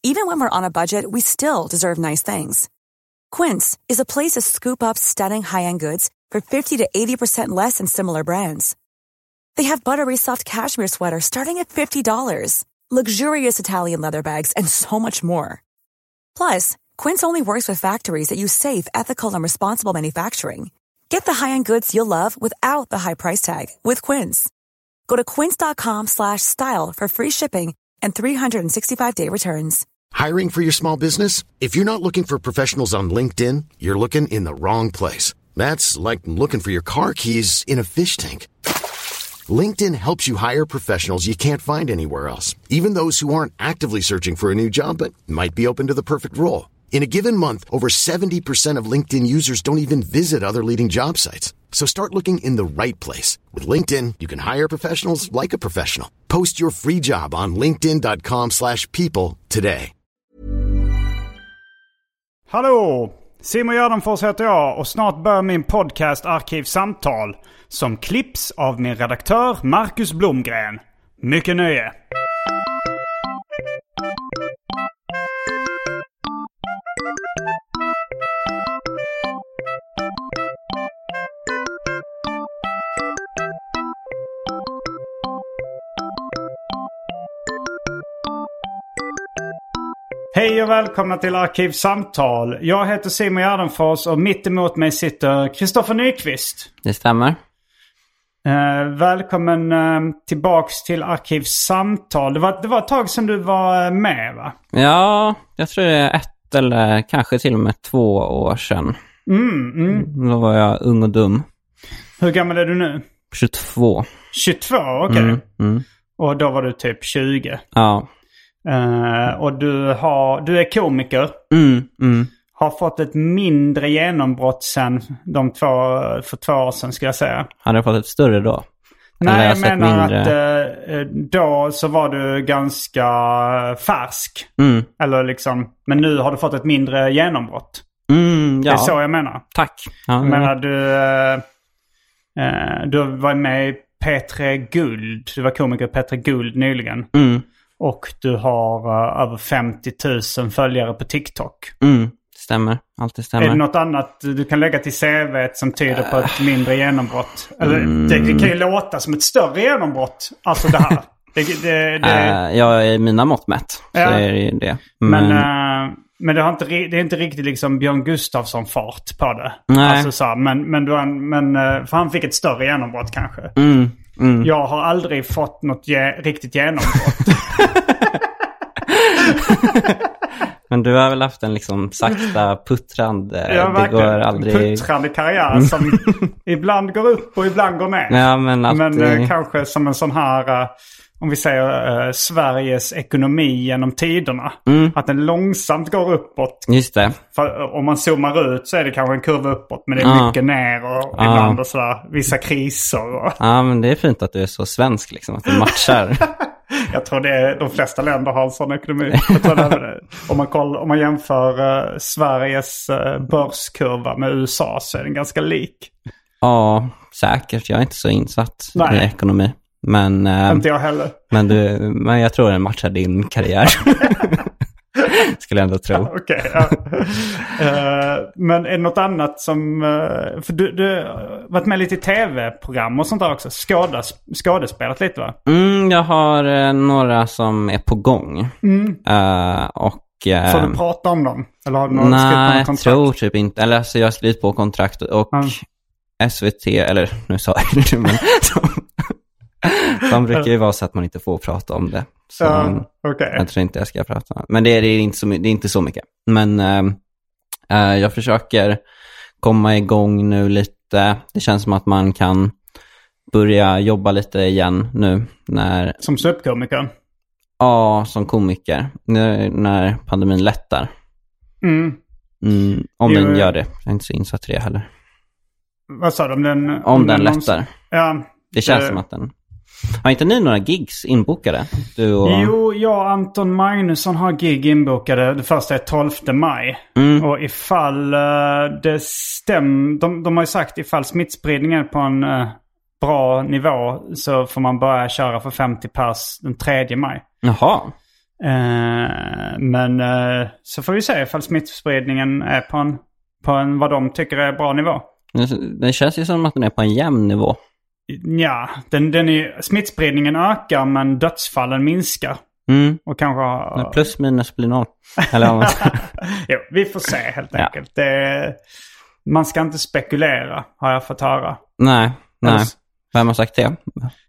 Even when we're on a budget, we still deserve nice things. Quince is a place to scoop up stunning high-end goods for 50 to 80% less than similar brands. They have buttery soft cashmere sweaters starting at $50, luxurious Italian leather bags, and so much more. Plus, Quince only works with factories that use safe, ethical, and responsible manufacturing. Get the high-end goods you'll love without the high price tag with Quince. Go to quince.com/style for free shipping and 365-day returns. Hiring for your small business? If you're not looking for professionals on LinkedIn, you're looking in the wrong place. That's like looking for your car keys in a fish tank. LinkedIn helps you hire professionals you can't find anywhere else, even those who aren't actively searching for a new job but might be open to the perfect role. In a given month, over 70% of LinkedIn users don't even visit other leading job sites. So start looking in the right place. With LinkedIn, you can hire professionals like a professional. Post your free job on linkedin.com/people today. Hallå! Simon Gärdenfors heter jag och snart börjar min podcast Arkivsamtal som klipps av min redaktör Marcus Blomgren. Mycket nöje! Hej och välkomna till Arkivsamtal. Jag heter Simon Gärdenfors och mitt emot mig sitter Kristoffer Nyqvist. Det stämmer. Välkommen tillbaks till Arkivsamtal. Det var ett tag sedan du var med, va? Ja, jag tror det är 1 eller kanske till och med 2 år sedan. Då var jag ung och dum. Hur gammal är du nu? 22. 22, okej. Och då var du typ 20. Ja. Och du är komiker. Har fått ett mindre genombrott sen för 2 år sedan, ska jag säga. Hade jag fått ett större då? Nej, jag menar att då så var du ganska färsk. Eller liksom, men nu har du fått ett mindre genombrott. Ja. Det är så jag menar. Tack. Ja, jag menar, du var med i P3 Guld. Du var komiker i P3 Guld nyligen. Och du har över 50 000 följare på TikTok. Stämmer, alltid stämmer. Är det något annat du kan lägga till CV:t som tyder på ett mindre genombrott? Eller det kan ju låta som ett större genombrott. Alltså det här. Ja, i mina mått mätt så är det ju det. Men det är inte riktigt liksom Björn Gustafsson-fart på det. Nej. Alltså så, för han fick ett större genombrott kanske. Jag har aldrig fått något riktigt genombrott. Men du har väl haft en liksom sakta puttrande. Det går aldrig... puttrande karriär som ibland går upp och ibland går ner. Ja, men kanske som en sån här... om vi säger Sveriges ekonomi genom tiderna. Att den långsamt går uppåt. Just det. För om man zoomar ut så är det kanske en kurva uppåt. Men det är mycket ner och ibland och sådär, vissa kriser. Ja, men det är fint att du är så svensk liksom. Att du matchar. Jag tror de flesta länder har en sån ekonomi. Om man jämför Sveriges börskurva med USA så är den ganska lik. Ja, säkert. Jag är inte så insatt i ekonomi. Men, inte jag heller. Men jag tror den matchar din karriär. Skulle jag ändå tro. Okej. Men är det något annat som... För du har varit med lite i tv-program och sånt där också. Skådespelat lite, va? Jag har några som är på gång. Får du prata om dem? Eller har du nej, jag tror typ inte. Eller alltså jag har skrivit på kontrakt. Och SVT, eller nu sa jag det, men... De brukar ju vara så att man inte får prata om det. Så jag tror inte jag ska prata om det. Men det är inte så mycket. Men jag försöker komma igång nu lite. Det känns som att man kan börja jobba lite igen nu. Som ståuppkomiker? Ja, som komiker. När pandemin lättar. Om den gör det. Jag är inte så insatt i det heller. Vad sa du? Om den lättar. Ja, det känns som att den... Har inte ni några gigs inbokade? Jo, jag och Anton Magnusson har gig inbokade. Det första är 12 maj. Och ifall det stämmer... De har ju sagt ifall smittspridningen är på en bra nivå så får man börja köra för 50 pers den 3 maj. Jaha. Men så får vi se ifall smittspridningen är på en vad de tycker är bra nivå. Det känns ju som att den är på en jämn nivå. Ja, smittspridningen ökar men dödsfallen minskar. Och kanske plus minus blir noll. Eller jo, vi får se helt enkelt. Man ska inte spekulera, har jag fått höra. Nej. Vem har sagt det?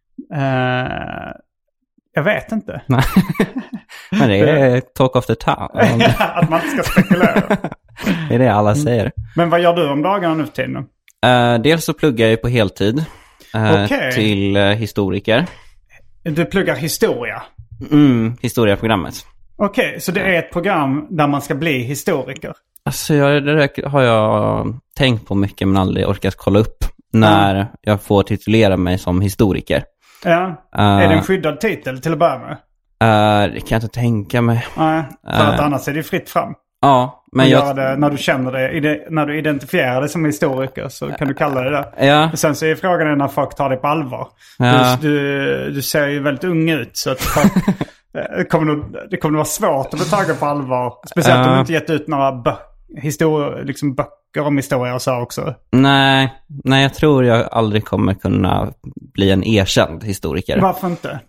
Jag vet inte. Men det är talk of the town. Att man inte ska spekulera. Det är det alla säger. Men vad gör du om dagarna nu för tiden? Dels så pluggar jag på heltid till historiker. Du pluggar historia? Historiaprogrammet. Okej, så det är ett program där man ska bli historiker? Alltså det har jag tänkt på mycket men aldrig orkat kolla upp när jag får titulera mig som historiker. Ja, är det en skyddad titel till att börja med? Det kan jag inte tänka mig. Nej, för att annars är det fritt fram. Ja, men när du känner det, när du identifierar dig som historiker så kan du kalla det det. Ja. Sen så är frågan när folk tar det på allvar. Ja. Du ser ju väldigt ung ut så att det kommer vara svårt att få taget på allvar. Speciellt om du inte gett ut några böcker om historia och så också. Nej, jag tror jag aldrig kommer kunna bli en erkänd historiker. Varför inte?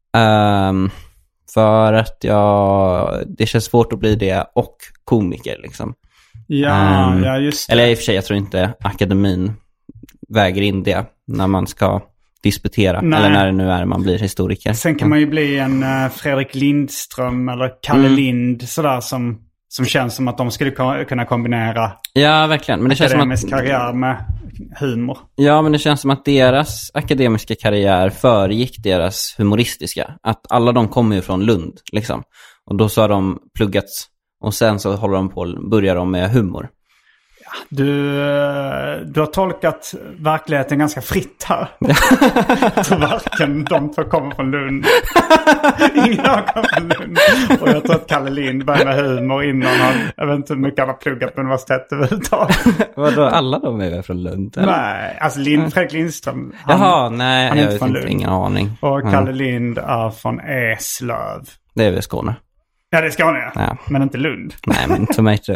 För att det känns svårt att bli det och komiker liksom. Ja, just det. Eller i och för sig, jag tror inte akademin väger in det när man ska disputera. Nej. Eller när det nu är man blir historiker. Sen kan man ju bli en Fredrik Lindström eller Kalle Lind sådär som känns som att de skulle kunna kombinera. Ja, verkligen. Men det känns som att karriär med humor. Ja, men det känns som att deras akademiska karriär föregick deras humoristiska. Att alla de kommer ju från Lund liksom. Och då så har de pluggats och sen så börjar de med humor. Du har tolkat verkligheten ganska fritt här. Så varken de två kommer från Lund. Ingen av dem kommer från Lund. Och jag tror att Kalle Lind började med humor innan jag vet inte hur mycket han har pluggat på universitet överhuvudtaget. Vadå, alla de är från Lund? Eller? Nej, alltså Fredrik Lindström. Han är inte från Lund. Ingen aning. Och Kalle Lind är från Eslöv. Det är väl Skåne. Ja, det är Skåne, ja. Men inte Lund. Nej, men tomato.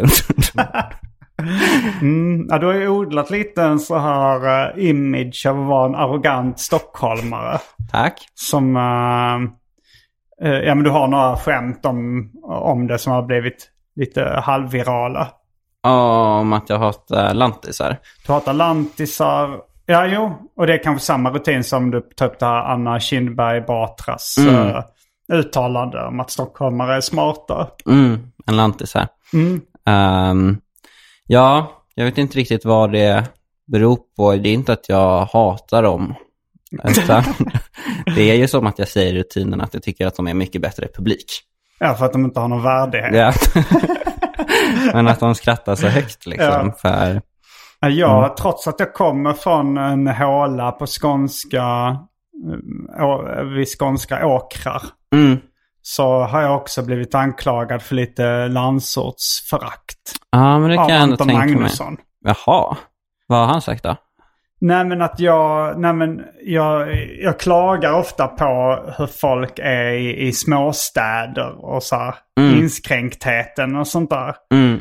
Ja, du har ju odlat lite en så här image av att vara en arrogant stockholmare. Tack. Som, men du har några skämt om det som har blivit lite halvvirala. Om att jag hatar lantisar. Du hatar lantisar. Ja, jo. Och det är kanske samma rutin som du tar upp där Anna Kinberg Batras uttalande om att stockholmare är smarta. En lantisar. Ja, jag vet inte riktigt vad det beror på. Det är inte att jag hatar dem. Utan det är ju som att jag säger i rutinen att jag tycker att de är mycket bättre publik. Ja, för att de inte har någon värdighet. Ja. Men att de skrattar så högt liksom. För... Ja, trots att jag kommer från en håla på vid skånska åkrar. Så har jag också blivit anklagad för lite landsortsförakt. Ja, men det kan jag ändå tänka Magnusson. mig. Jaha, vad har han sagt då? Nej, men att jag klagar ofta på hur folk är i småstäder och så här, inskränktheten och sånt där.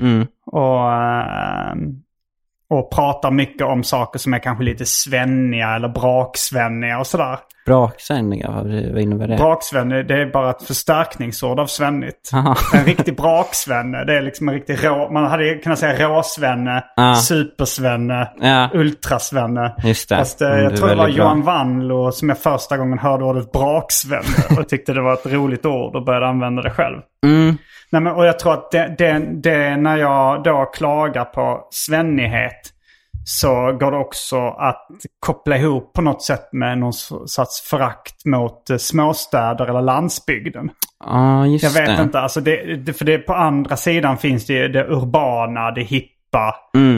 Och pratar mycket om saker som är kanske lite svenniga eller braksvenniga och sådär. Braksvenniga, vad innebär det? Braksvenne, det är bara ett förstärkningsord av svennigt. En riktig braksvenne, det är liksom en riktig man hade kunnat säga råsvenne, supersvenne, ultrasvenne. Just det. Fast jag tror det var Johan Wanlo som jag första gången hörde ordet braksvenne och tyckte det var ett roligt ord och började använda det själv. Nej, men, och jag tror att det när jag då klagar på svennighet så går det också att koppla ihop på något sätt med någon sorts förakt mot småstäder eller landsbygden. Just jag vet inte, alltså för det på andra sidan finns det urbana, det hippa,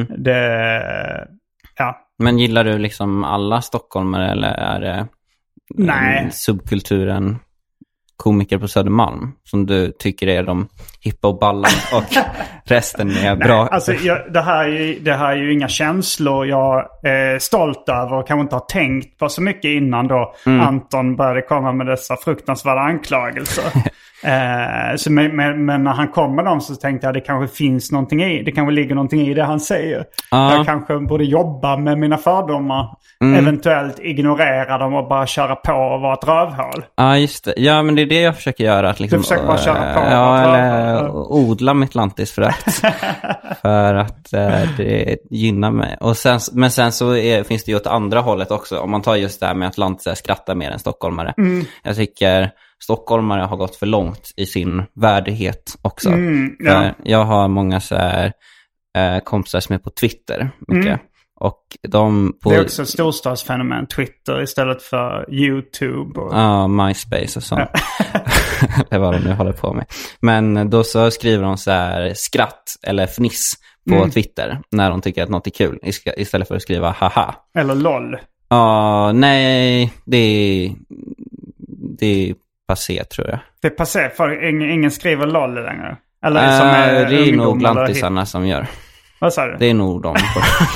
Men gillar du liksom alla stockholmare eller är det subkulturen komiker på Södermalm som du tycker är de hippa och balla och resten är bra? Nej, alltså det här är ju inga känslor jag är stolt över och kanske inte har tänkt på så mycket innan då Anton började komma med dessa fruktansvärda anklagelser. Men när han kom med dem så tänkte jag det kanske finns någonting i. Det kanske ligger någonting i det han säger. Jag kanske borde jobba med mina fördomar. Eventuellt ignorera dem och bara köra på och vara ett rövhål. Ja, just det. Ja, men det är det jag försöker göra. Att liksom, du försöker bara köra på och vara ett rövhål. Odla mitt lantisförakt. För att det gynnar mig. Men sen så finns det ju åt andra hållet också. Om man tar just det här med att lantisar skrattar mer än stockholmare. Jag tycker stockholmare har gått för långt i sin värdighet också. Jag har många så här kompisar som är på Twitter mycket. Och det är också ett storstadsfenomen, Twitter istället för YouTube. MySpace och sånt. Det var de nu håller på med. Men då så skriver de så här skratt eller fniss på Twitter när de tycker att något är kul. Istället för att skriva haha. Eller lol. Nej, det är passé tror jag. Det är passé för ingen skriver lol längre. Eller det är nog lantisarna som gör. Vad sa du? Det är nog de.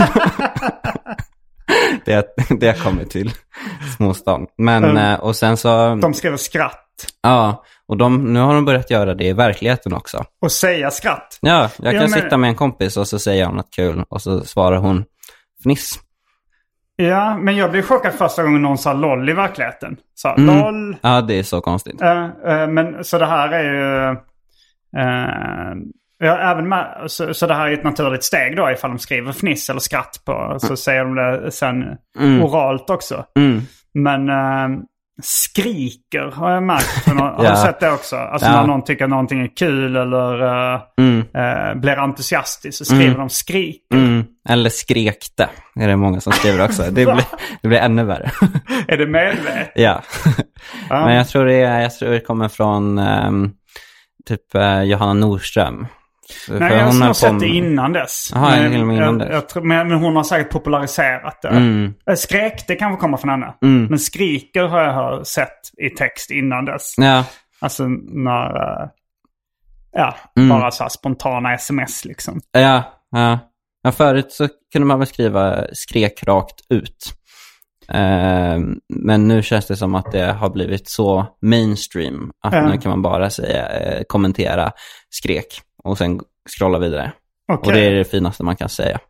det har kommit till småstan. Men och sen så... De skriver skratt. Ja, och nu har de börjat göra det i verkligheten också. Och säga skratt? Ja, jag kan sitta med en kompis och så säger jag något kul. Och så svarar hon fniss. Ja, men jag blev chockad första gången någon sa LOL i verkligheten. Så LOL. Ja, det är så konstigt. Men så det här är ju... även med, så det här är ett naturligt steg då ifall de skriver fniss eller skratt på. Så säger de det sen oralt också. Men skriker har jag märkt. Har du sett det också? Alltså när någon tycker att någonting är kul eller blir entusiastisk så skriver de skriker. Eller skrekte är det många som skriver också. Det blir ännu värre. Är det medvetet? Ja. Men jag tror det kommer från typ Johanna Nordström. Nej, jag har sett det innan dess. Men hon har säkert populariserat det. Skrek, det kanske kommer från henne. Men skriker har jag sett i text innan dess. Ja. Alltså när... bara så här spontana sms liksom. Ja, förut så kunde man väl skriva skrek rakt ut. Men nu känns det som att det har blivit så mainstream att nu kan man bara säga kommentera skrek och sen scrolla vidare. Och det är det finaste man kan säga.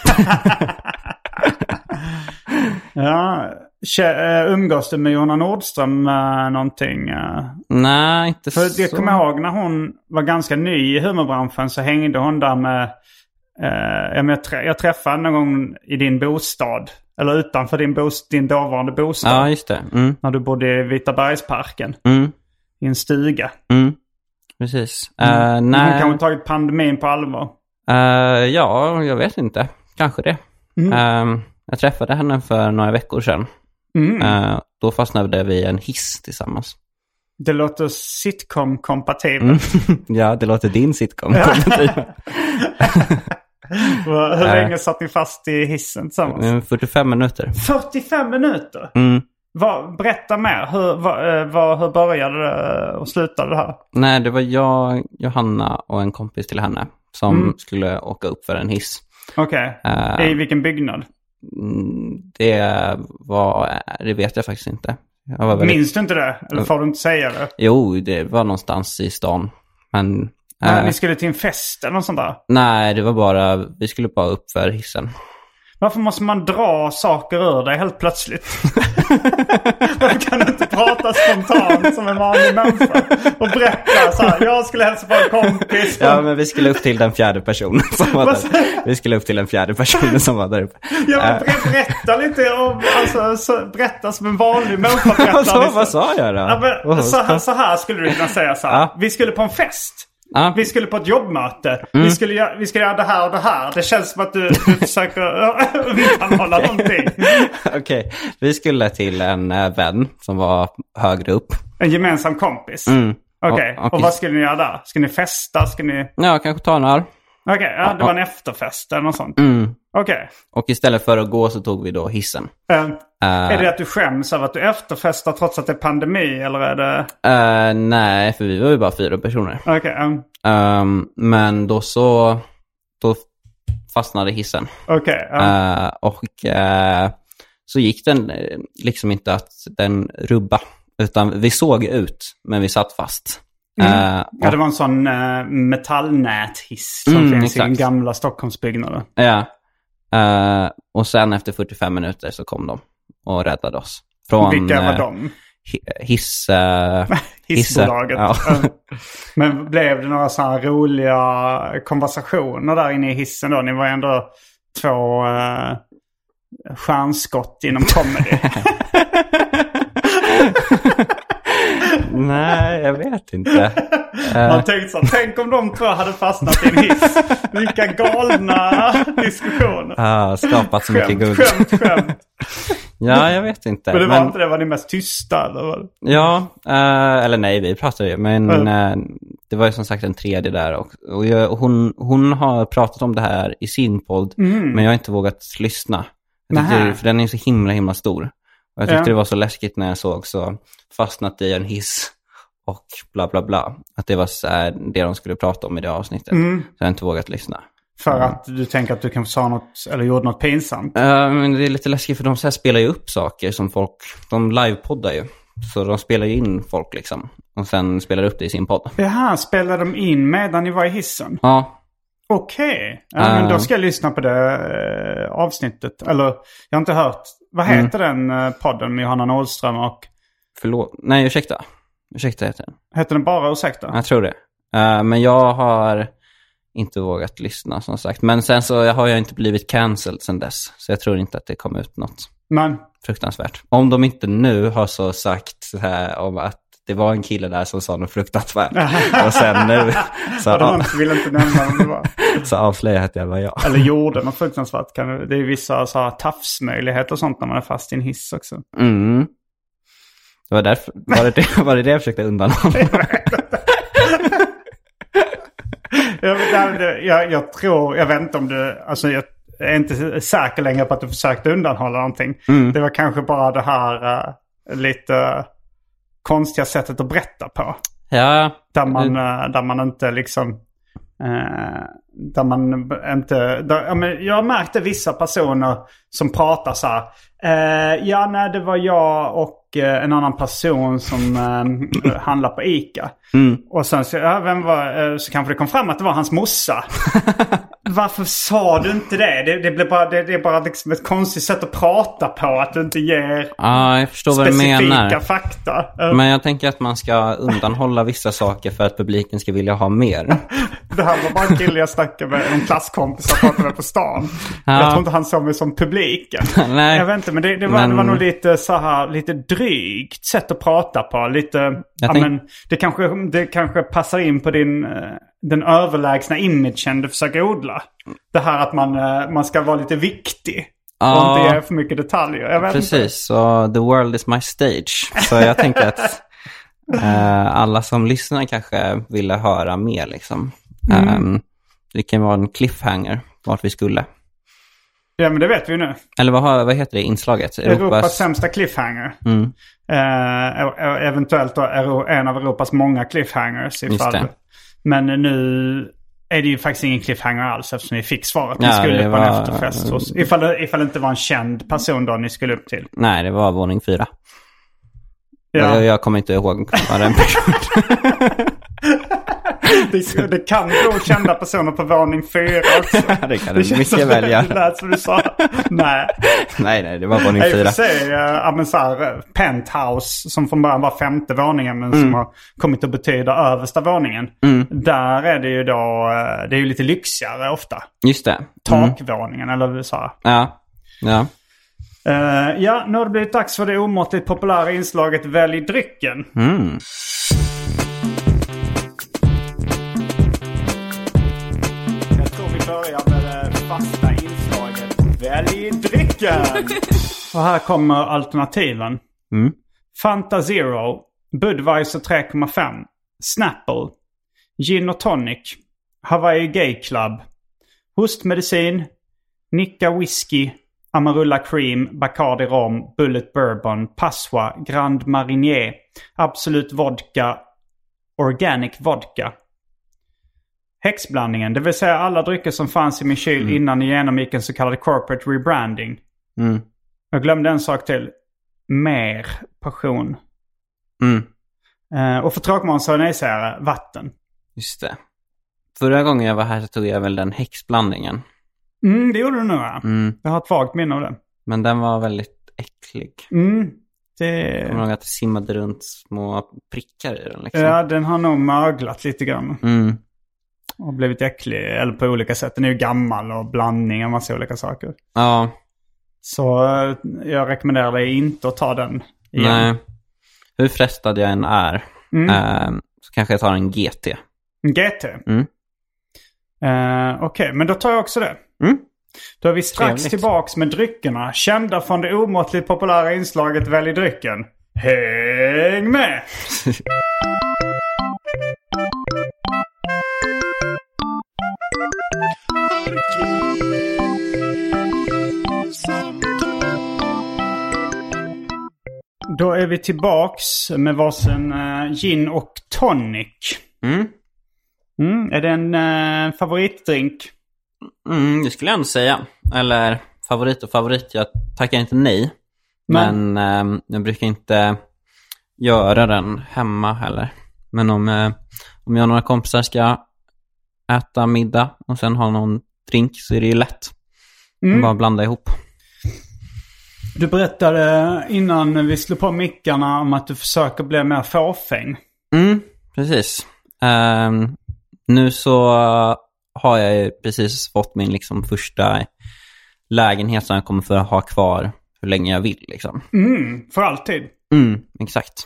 Umgås du med Johanna Nordström någonting? Nej, inte så. För jag kommer ihåg när hon var ganska ny i humorbranschen så hängde hon där med... jag träffade någon gång i din bostad. Eller utanför din dåvarande bostad. Ja, just det. När du bodde i Vitabergsparken. I en stuga. Precis. Hon kanske tagit pandemin på allvar. Ja, jag vet inte. Kanske det. Jag träffade henne för några veckor sedan. Då fastnade vi i en hiss tillsammans. Det låter sitcom-kompatibelt. Ja, det låter din sitcom-kompatibel. Hur länge satt ni fast i hissen tillsammans? 45 minuter. 45 minuter? Berätta mer. Hur började det och slutade det här? Nej, det var jag, Johanna och en kompis till henne som skulle åka upp för en hiss. Okej. I vilken byggnad? Det vet jag faktiskt inte. Minns du inte det? Eller får du inte säga det? Jo, det var någonstans i stan. Men... ni skulle till en fest eller något sånt där? Nej, det var vi skulle bara upp för hissen. Varför måste man dra saker ur dig helt plötsligt? Varför kan du inte prata spontant som en vanlig människa? Och berätta så här, jag skulle hälsa på en kompis. Ja, men vi skulle upp till den fjärde personen som var där. Vi skulle upp till den fjärde personen som var där uppe. Ja, men berätta lite om, berätta som en vanlig människa. Vad sa jag då? Ja, men, så här skulle du kunna säga så här. Vi skulle på en fest. Vi skulle på ett jobbmöte. Vi skulle göra det här och det här. Det känns som att du försöker undanhålla någonting. Okej. Vi skulle till en vän som var högre upp. En gemensam kompis? Okej. Och vad skulle ni göra där? Ska ni festa? Ja, kanske ta en öl. Okej, det var en efterfest eller något sånt. Okej. Och istället för att gå så tog vi då hissen. Är det att du skäms av att du efterfestar trots att det är pandemi eller är det... Nej, för vi var ju bara 4 personer. Okej. Men då fastnade hissen. Okej. Och så gick den liksom inte att den rubba. Utan vi såg ut, men vi satt fast. Ja, det var en sån metallnäthiss som finns i gamla Stockholmsbyggnader. Ja. Och sen efter 45 minuter så kom de och räddade oss. Vilka var de? Hissbolaget. Ja. Men blev det några sådana roliga konversationer där inne i hissen då? Ni var ändå 2 stjärnskott inom comedy. Nej, jag vet inte. Man tänkte så, tänk om de 2 hade fastnat i en hiss. Vilka galna diskussioner. Skapat så mycket guld. Skämt. Ja, jag vet inte. Men det var inte det, var ni mest tysta eller vad? Ja, eller nej, vi pratade ju. Men det var ju som sagt en tredje där. Och hon har pratat om det här i sin podd. Men jag har inte vågat lyssna. För den är så himla stor. Och jag tyckte det var så läskigt när jag såg så fastnat i en hiss och bla bla bla. Att det var så här, det de skulle prata om i det avsnittet. Så jag har inte vågat lyssna. För att du tänker att du kan sa något eller gjorde något pinsamt? Men det är lite läskigt för de så här spelar ju upp saker som folk, de livepoddar ju. Så de spelar ju in folk liksom. Och sen spelar upp det i sin podd. Jaha, spelar de in medan ni var i hissen? Ja. Okej. Men då ska jag lyssna på det avsnittet. Eller, jag har inte hört. Vad heter den podden med Johanna Nordström och... Förlåt. Nej, ursäkta. Ursäkta heter den. Heter den bara ursäkta? Jag tror det. Men jag har inte vågat lyssna som sagt. Men sen så har jag inte blivit cancelled sen dess. Så jag tror inte att det kom ut något fruktansvärt. Om de inte nu har så sagt så här om att det var en kille där som sa något fruktansvärt. Och sen nu så de vill inte nämna om det var. Så avslöjade att jag var jag. Eller gjorde något fruktansvärt. Det är vissa så här tafsmöjligheter och sånt när man är fast i en hiss också. Det var därför, var det jag försökte undanhålla? Jag vet inte om du, alltså jag är inte säker längre på att du försökte undanhålla någonting. Det var kanske bara det här lite konstiga sättet att berätta på. Ja. Där man inte liksom jag märkte vissa personer som pratar så här. Det var jag och en annan person som handlar på Ica. Och sen så, så kanske det kom fram att det var hans morsa. Varför sa du inte det? Det är bara liksom ett konstigt sätt att prata på, att du inte ger jag förstår vad du menar. Specifika fakta. Men jag tänker att man ska undanhålla vissa saker för att publiken ska vilja ha mer. Det här var bara en kille jag snackade med, en klasskompis som pratade med på stan. Jag tror inte han såg mig som publiken. Nej. Jag vet inte, men det var nog lite så här, lite drygt sätt att prata på. Lite, men det kanske passar in på den överlägsna imagen du försöker odla. Det här att man ska vara lite viktig. Och inte ge för mycket detaljer. Jag vet precis, inte. så the world is my stage. Så jag tänker att alla som lyssnar kanske ville höra mer liksom. Det kan vara en cliffhanger vart vi skulle. Ja, men det vet vi nu. Eller vad heter det inslaget? Europas sämsta cliffhanger. Eventuellt då en av Europas många cliffhangers. Men nu är det ju faktiskt ingen cliffhanger alls eftersom ni fick svaret. Ni skulle på en efterfest hos. Ifall det inte var en känd person då ni skulle upp till. Nej, det var våning 4. Ja. Jag kommer inte ihåg vad den personen. Det kan gå kända personer på våning 4 också. Det kan du mycket välja. Det lät som du sa. Nej, det var våning 4. Jag får se penthouse som från början var 5:e våningen men som har kommit att betyda översta våningen. Där är det ju då, det är ju lite lyxigare ofta. Just det. Takvåningen eller vad du sa. Ja. Nu har det blivit dags för det omåttligt populära inslaget Välj drycken. Jag tror vi börjar med det fasta inslaget Välj drycken. Och här kommer alternativen. Fanta Zero, Budweiser 3,5, Snapple, Gin och Tonic, Hawaii Gay Club, Hostmedicin, Nicka Whisky, Amarula Cream, Bacardi Rom, Bullet Bourbon, Passoa, Grand Marnier, Absolut Vodka, Organic Vodka. Häxblandningen, det vill säga alla drycker som fanns i min kyl innan ni genomgick en så kallad corporate rebranding. Jag glömde en sak till. Mer passion. Och för tråkmåns så nejsägare, vatten. Just det. Förra gången jag var här så tog jag väl den häxblandningen. Det gjorde du nu, ja. Jag har ett vagt minne av det. Men den var väldigt äcklig. Jag kommer ihåg att det simmade runt små prickar i den. Liksom. Ja, den har nog möglat lite grann. Och blivit äcklig, eller på olika sätt. Den är ju gammal och blandning av massa olika saker. Ja. Så jag rekommenderar dig inte att ta den igen. Nej. Hur frestad jag än är så kanske jag tar en GT. En GT? Okej, men då tar jag också det. Då är vi strax tillbaks med dryckerna. Kända från det omåttligt populära inslaget Välj drycken. Häng med! Då är vi tillbaks med varsin gin och tonic. Är det en favoritdrink? Det skulle jag ändå säga. Eller favorit. Jag tackar inte nej. Men jag brukar inte göra den hemma heller. Men om jag och några kompisar ska äta middag och sen ha någon drink så är det ju lätt. Bara blanda ihop. Du berättade innan vi slog på mickarna om att du försöker bli mer fåfäng. Precis. Nu så har jag ju precis fått min liksom första lägenhet som jag kommer för att ha kvar hur länge jag vill liksom. För alltid. Exakt.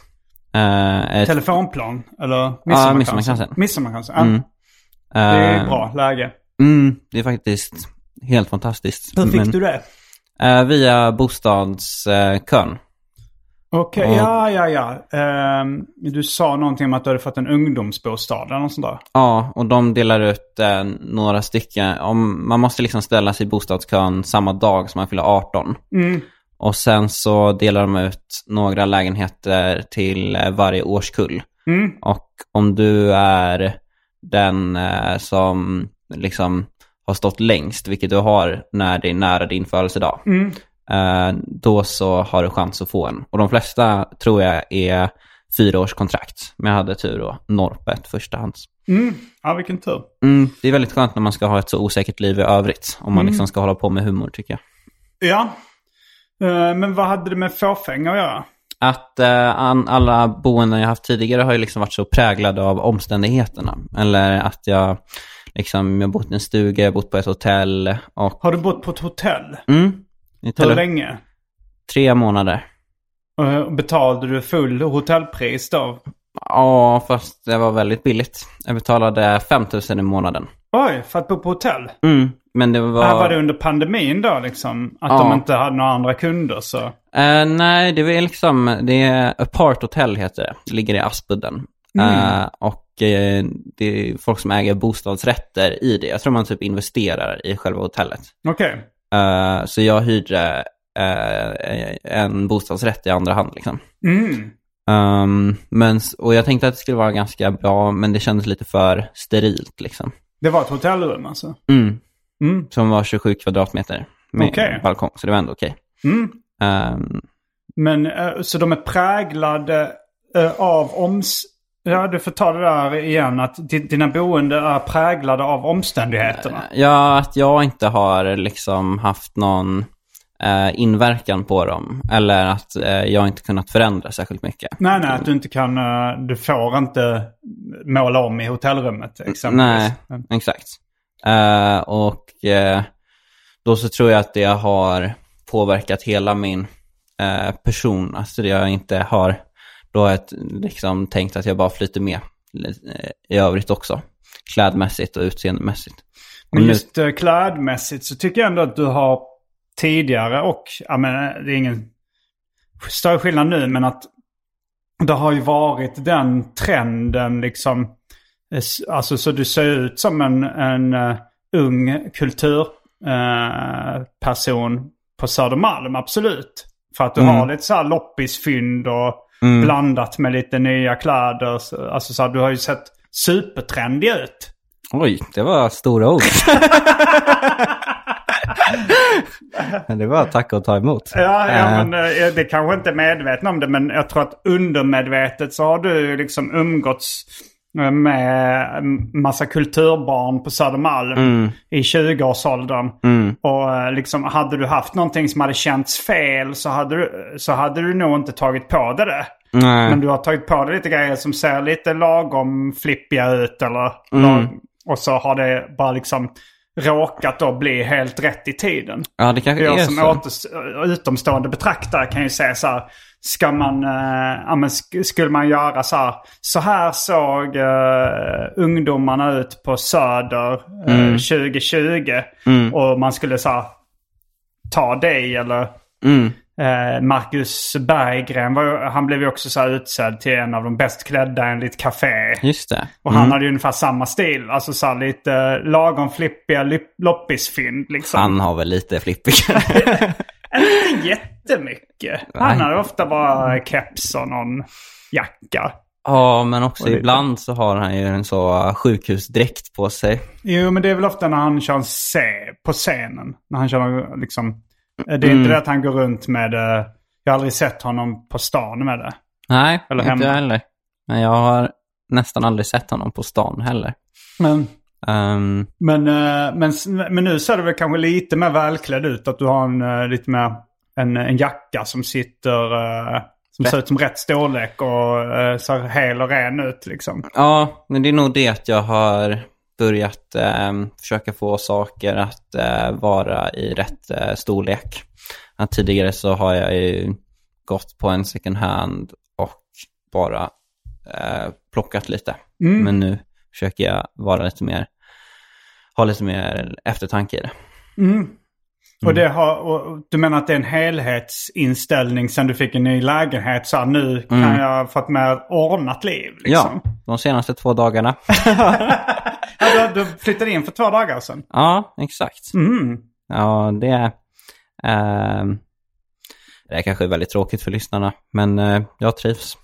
Telefonplan eller Midsommarkransen. Det är ett bra läge. Det är faktiskt helt fantastiskt. Hur fick du det? Via bostadskön. Okej, ja. Du sa någonting om att du hade fått en ungdomsbostad eller något sånt där. Ja, och de delar ut några stycken. Man måste liksom ställa sig i bostadskön samma dag som man fyller 18. Och sen så delar de ut några lägenheter till varje årskull. Och om du är den som liksom har stått längst, vilket du har när det är nära din födelsedag, då så har du chans att få en. Och de flesta tror jag är 4-årskontrakt. Men jag hade tur och Norpet förstahands. Ja, vilken tur. Det är väldigt skönt när man ska ha ett så osäkert liv i övrigt. Om man liksom ska hålla på med humor, tycker jag. Ja. Men vad hade det med fåfäng att göra? Att alla boenden jag haft tidigare har ju liksom varit så präglade av omständigheterna. Eller att jag har bott i en stuga, bott på ett hotell. Och... Har du bott på ett hotell? Hur länge? 3 månader. Betalade du full hotellpris då? Ja, fast det var väldigt billigt. Jag betalade 5 000 i månaden. Oj, för att bo på hotell? Men det var det under pandemin då liksom? Att de inte hade några andra kunder så? Nej, det var liksom, det är Apart Hotel heter det. Det ligger i Aspudden. Och det är folk som äger bostadsrätter i det. Jag tror man typ investerar i själva hotellet. Okej. Så jag hyrde en bostadsrätt i andra hand liksom. Och jag tänkte att det skulle vara ganska bra, men det kändes lite för sterilt liksom. Det var ett hotellrum alltså? Som var 27 kvadratmeter med balkong, så det var ändå okej. Men så de är präglade av Ja, du får ta det där igen, att dina boende är präglade av omständigheterna. Ja, att jag inte har liksom haft någon inverkan på dem. Eller att jag inte kunnat förändra särskilt mycket. Nej, att du inte kan, du får inte måla om i hotellrummet exempelvis. Nej, exakt. Och då så tror jag att det har påverkat hela min person. Alltså det jag inte har... Då har jag liksom tänkt att jag bara flyter med i övrigt också. Klädmässigt och utseendemässigt. Men just klädmässigt så tycker jag ändå att du har tidigare och... Jag menar, det är ingen större skillnad nu, men att det har ju varit den trenden liksom... Alltså så du ser ut som en ung kulturperson på Södermalm, absolut. För att du har lite så här loppisfynd och... blandat med lite nya kläder. Alltså så här, du har ju sett supertrendig ut. Oj, det var stora ord. Det var tack och ta emot. Ja, men det kanske inte är medveten om det, men jag tror att undermedvetet så har du liksom umgåtts med massa kulturbarn på Södermalm i 20-årsåldern. Och liksom hade du haft någonting som hade känts fel så hade du nog inte tagit på det. Nej. Men du har tagit på dig lite grejer som ser lite lagom flippiga ut och så har det bara liksom råkat då bli helt rätt i tiden. Ja, det kanske jag är som utomstående betraktare kan ju säga så här, skulle man göra så här såg ungdomarna ut på Söder 2020 och man skulle så här, ta dig eller Marcus Berggren han blev ju också så här utsedd till en av de bäst klädda enligt café. Just det. Och han hade ju ungefär samma stil. Alltså så här lite lagom flippiga loppisfynd liksom. Han har väl lite flippiga. Inte jättemycket. Han har ofta bara keps och någon jacka. Ja, men också ibland så har han ju en så sjukhusdräkt på sig. Jo, men det är väl ofta när han kör på scenen. När han kör liksom... Det är inte det att han går runt med det. Jag har aldrig sett honom på stan med det. Nej, eller inte jag heller. Men jag har nästan aldrig sett honom på stan heller. Men nu ser det väl kanske lite mer välklädd ut. Att du har lite mer en jacka som sitter... som ser ut som rätt storlek och ser hel och ren ut liksom. Ja, men det är nog det att jag har börjat försöka få saker att vara i rätt storlek. Att tidigare så har jag ju gått på en second hand och bara plockat lite. Men nu försöker jag vara ha lite mer eftertanke i det. Och du menar att det är en helhetsinställning sen du fick en ny lägenhet så här, nu kan jag få ett mer ordnat liv liksom. Ja, de senaste 2 dagarna. Du flyttade in för 2 dagar sedan. Ja, exakt. Ja, det är kanske väldigt tråkigt för lyssnarna, men jag trivs.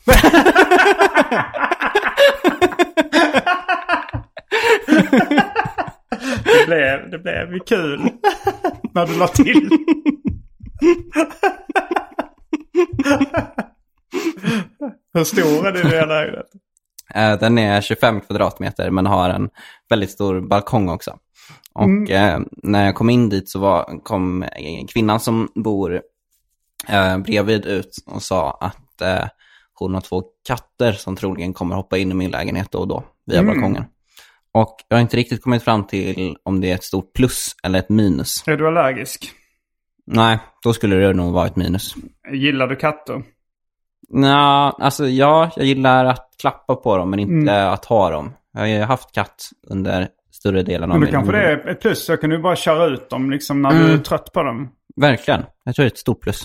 Det blev ju kul när du la till. Hur stor är din lägenhet? Den är 25 kvadratmeter men har en väldigt stor balkong också. Och när jag kom in dit så kom kvinnan som bor bredvid ut och sa att hon har 2 katter som troligen kommer hoppa in i min lägenhet då och då via balkongen. Och jag har inte riktigt kommit fram till om det är ett stort plus eller ett minus. Är du allergisk? Nej, då skulle det nog vara ett minus. Gillar du katter? Nej, alltså jag gillar att klappa på dem men inte att ha dem. Jag har haft katt under större delen av min liv. Men då kanske det är ett plus så kan du bara köra ut dem liksom när du är trött på dem. Verkligen, jag tror det är ett stort plus.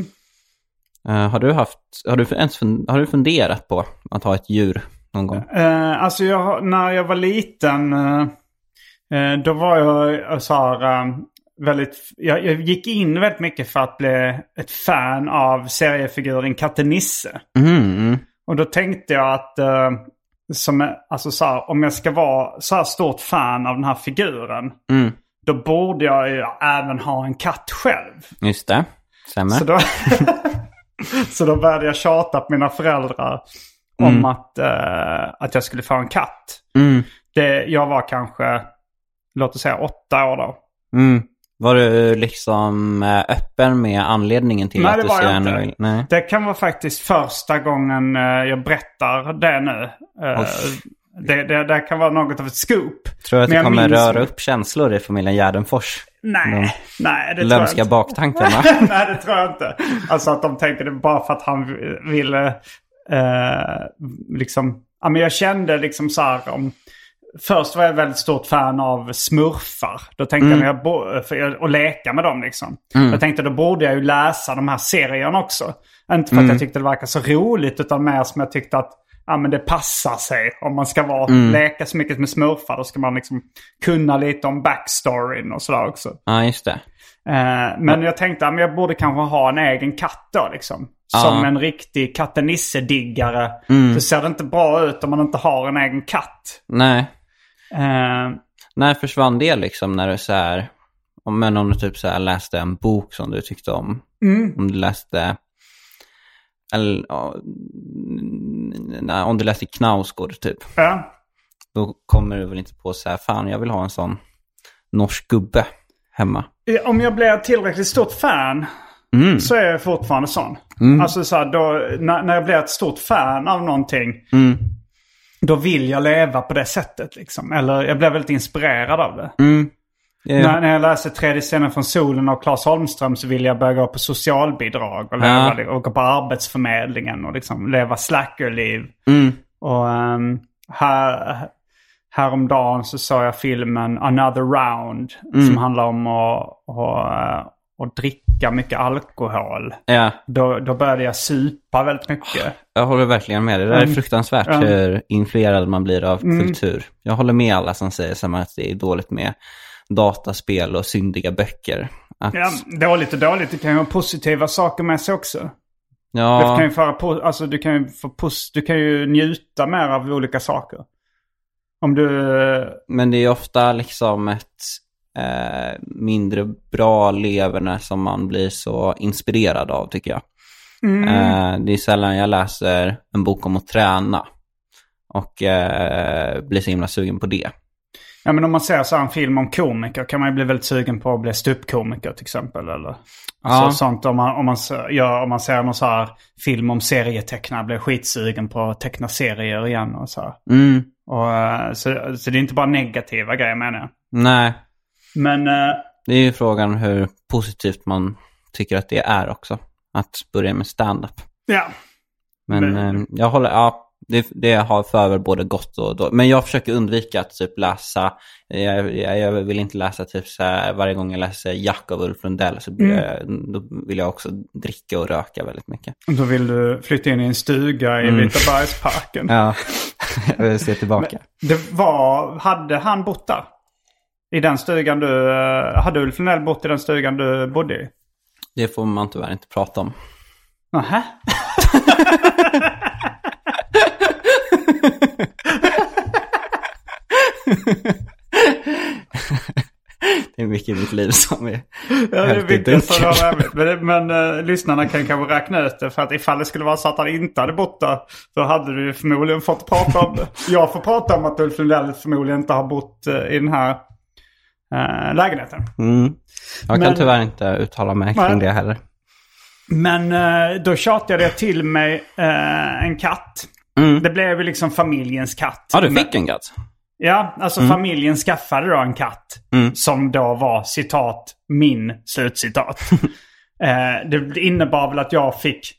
Har du funderat på att ha ett djur någon gång? Alltså när jag var liten då var jag så här jag gick in väldigt mycket för att bli ett fan av seriefiguren Katte Nisse. Och då tänkte jag att alltså så här, om jag ska vara så här stort fan av den här figuren då borde jag ju även ha en katt själv. Just det, stämmer. Så då började jag tjata på mina föräldrar om att jag skulle få en katt. Jag var kanske, låt oss säga 8 år då. Var du liksom öppen med anledningen till att du så gärna vill? Nej, det kan vara faktiskt första gången jag berättar det nu. Det kan vara något av ett scoop. Tror du att det kommer röra upp känslor i familjen Gärdenfors? Nej, det tror jag lömska inte. baktankarna. Nej, det tror jag inte. Alltså att de tänker det bara för att han ville liksom... Ja, men jag kände liksom så här om... Först var jag väldigt stort fan av smurfar. Då tänkte jag att leka med dem liksom. Jag tänkte då borde jag ju läsa de här serierna också. Inte för att jag tyckte det verkar så roligt utan mer som jag tyckte att men det passar sig. Om man ska leka så mycket med smurfar då ska man liksom kunna lite om backstoryn och sådär också. Ja, just det. Men jag tänkte att jag borde kanske ha en egen katt då liksom. Som en riktig Katte Nisse-diggare. Så ser det inte bra ut om man inte har en egen katt. Nej. När försvann det liksom när du så här Men om du typ så här läste en bok som du tyckte om. Om du läste... Eller, om du läste Knausgård typ. Ja. Då kommer du väl inte på så här, fan jag vill ha en sån norsk gubbe hemma. Om jag blir tillräckligt stort fan så är jag fortfarande sån. Alltså så här, då, när jag blir ett stort fan av någonting då vill jag leva på det sättet liksom. Eller jag blir väldigt inspirerad av det. När jag läser Tredje scenen från solen av Claes Holmström så vill jag börja gå på socialbidrag och, och gå på arbetsförmedlingen och liksom leva slackerliv. Och häromdagen så såg jag filmen Another Round som handlar om att dricka mycket alkohol. Ja. Då började jag supa väldigt mycket. Jag håller verkligen med. Det där är fruktansvärt hur influerad man blir av kultur. Jag håller med alla som säger samma att det är dåligt med dataspel och syndiga böcker. Ja, dåligt och dåligt. Det kan ju vara positiva saker med sig också. Ja. Det kan ju föra alltså du kan ju njuta mer av olika saker. Om du... Men det är ofta liksom ett mindre bra leverne som man blir så inspirerad av, tycker jag. Det är sällan jag läser en bok om att träna och blir så himla sugen på det. Ja, men om man ser så en film om komiker kan man ju bli väldigt sugen på att bli ståuppkomiker till exempel. Eller alltså sånt om man ser någon så här film om serietecknare blir skitsugen på att teckna serier igen och så här. Och, så det är inte bara negativa grejer, menar jag. Nej. Men det är ju frågan hur positivt man tycker att det är också. Att börja med stand-up. Ja. Men jag håller... Det har för både gott och dåligt. Men jag försöker undvika att typ läsa. Jag vill inte läsa typ så här, varje gång jag läser Jack av Ulf Lundell så då vill jag också dricka och röka väldigt mycket. Då vill du flytta in i en stuga i Vitabergsparken. Ja, jag vill se tillbaka. Hade han bott där? I den stugan hade Ulf Lundell bott i den stugan du bodde i? Det får man tyvärr inte prata om. Nähä? Det är mycket i mitt liv som är helt i dunkel. Men lyssnarna kan kanske räkna ut det. För att ifall det skulle vara så att han inte hade bott där, så hade du förmodligen fått prata om det. Jag får prata om att Ulf Lundell förmodligen inte har bott i den här lägenheten. Jag kan tyvärr inte uttala mig kring det heller. Men då tjatade jag till mig en katt. Det blev ju liksom familjens katt. Ja, du fick en katt? Ja, alltså familjen skaffade då en katt. Som då var, citat, min slutcitat. Det innebar väl att jag fick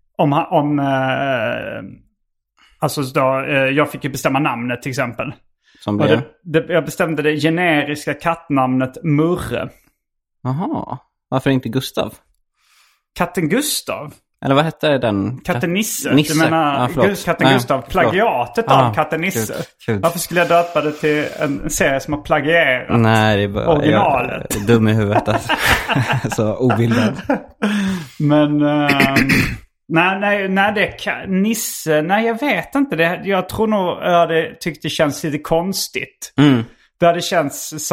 alltså då, jag fick ju bestämma namnet till exempel. Som blev? Jag bestämde det generiska kattnamnet Murre. Jaha, varför inte Gustav? Katten Gustav? Eller vad hette den? Katten Nisse. Nisse. Du menar katten Gustav. Plagiatet av katten Nisse. Gud. Varför skulle jag döpa det till en serie som har plagierat originalet? Jag är dum i huvudet. Alltså. Så obildad. Men... Nej, Nisse... Nej, jag vet inte. Jag tror nog jag hade tyckt det känns lite konstigt. Det hade känts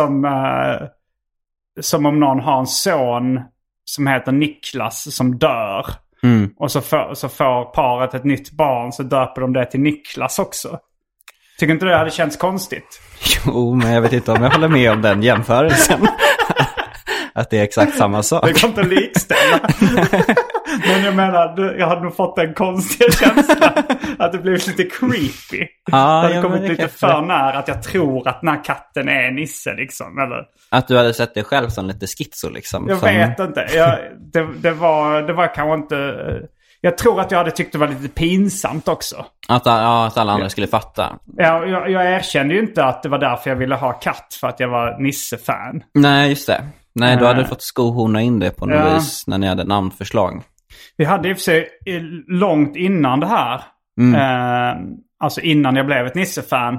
som om någon har en son som heter Niklas som dör. Och så får paret ett nytt barn, så döper de det till Niklas också. Tycker inte det hade känts konstigt? Jo, men jag vet inte om jag håller med om den jämförelsen. Att det är exakt samma sak. Det kan inte likställa. Men jag menar, jag hade nog fått en konstig känsla. Att det blev lite creepy. Det hade kommit lite för nära att jag tror att den här katten är Nisse liksom. Eller? Att du hade sett dig själv som lite schizo liksom. Jag vet inte. Det var kanske inte... Jag tror att jag hade tyckt det var lite pinsamt också. Att alla andra skulle fatta. Ja, jag erkände ju inte att det var därför jag ville ha katt. För att jag var Nisse-fan. Nej, just det. Nej, du hade fått skohorna in det på något vis när ni hade namnförslag. Vi hade i och för sig långt innan det här. Alltså innan jag blev ett Nisse-fan.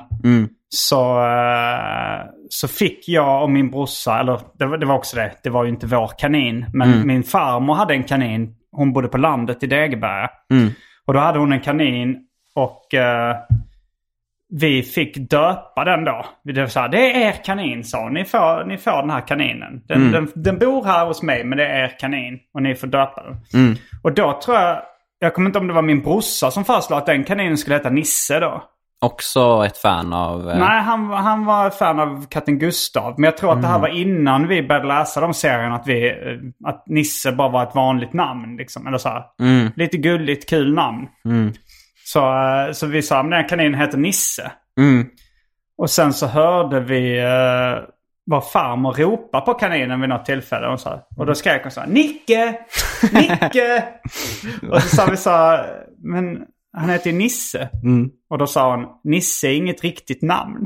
Så fick jag och min brorsa, eller det var också det. Det var ju inte vår kanin. Men min farmor hade en kanin. Hon bodde på landet i Degeberga. Och då hade hon en kanin. Och vi fick döpa den då. Det var så här, det är er kanin, sa ni får den här kaninen. Den bor här hos mig, men det är er kanin. Och ni får döpa den. Och då tror jag kommer inte om det var min brorsa som föreslog att den kaninen skulle heta Nisse då. Också ett fan av... Nej, han var fan av katten Gustav. Men jag tror att det här var innan vi började läsa de serierna. Att Nisse bara var ett vanligt namn. Liksom. Eller så här. Lite gulligt, kul namn. Så vi sa, men den kaninen heter Nisse. Och sen så hörde vi var farmor ropa på kaninen vid något tillfälle. Och då skrek hon så här, Nicke! Nicke! Och så sa vi men... Han heter ju Nisse. Och då sa hon, Nisse är inget riktigt namn.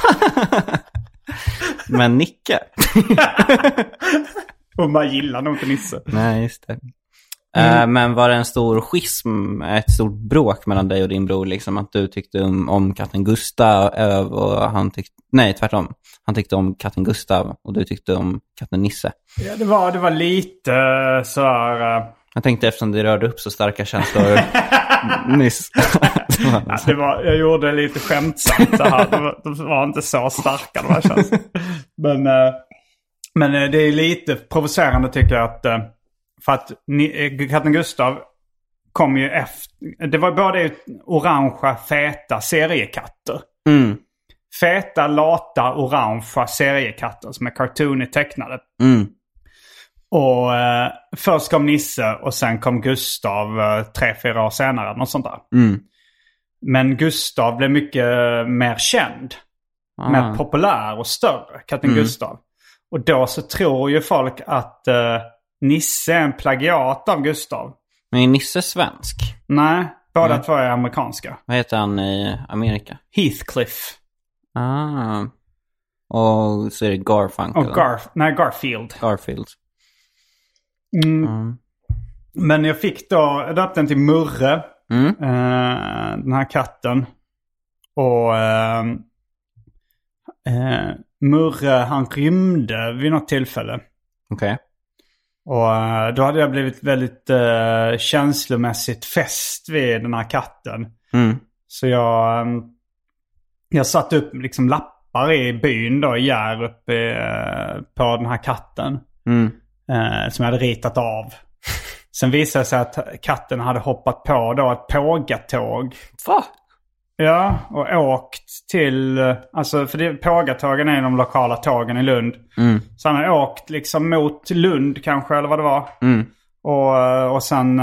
Men Nicke. Och man gillar nog inte Nisse. Nej, just det. Men var det en stor schism, ett stort bråk mellan dig och din bror? Liksom, att du tyckte om katten Gustav och han tyckte... Nej, tvärtom. Han tyckte om katten Gustav och du tyckte om katten Nisse. Ja, det var lite så här... Jag tänkte eftersom det rörde upp så starka känslor nyss. Jag gjorde lite skämtsamt det här. De var inte så starka de här känslorna. Men det är lite provocerande tycker jag att... För att katten Gustav kom ju efter... Det var både orangea, feta seriekatter. Feta, lata, orangea seriekatter som är cartoonigt tecknade. Och först kom Nisse och sen kom Gustav 3-4 år senare. Något sånt där. Men Gustav blev mycket mer känd. Mer populär och större. Katten Gustav. Och då så tror ju folk att Nisse är en plagiat av Gustav. Men är Nisse svensk? Nej, båda två är amerikanska. Vad heter han i Amerika? Heathcliff. Och så är det Garfunkel. Och Garfield. Garfield. Men jag fick då döpt den till Murre. Den här katten. Och Murre, han rymde vid något tillfälle. Okej. Och då hade jag blivit väldigt känslomässigt fäst vid den här katten. Så jag satte upp liksom lappar i byn då, i Hjärup på den här katten. Som jag hade ritat av. Sen visade det sig att katten hade hoppat på då ett pågatåg. Va? Ja, och åkt till... Alltså, för pågatågen är de lokala tågen i Lund. Så han hade åkt liksom mot Lund kanske, eller vad det var. Och sen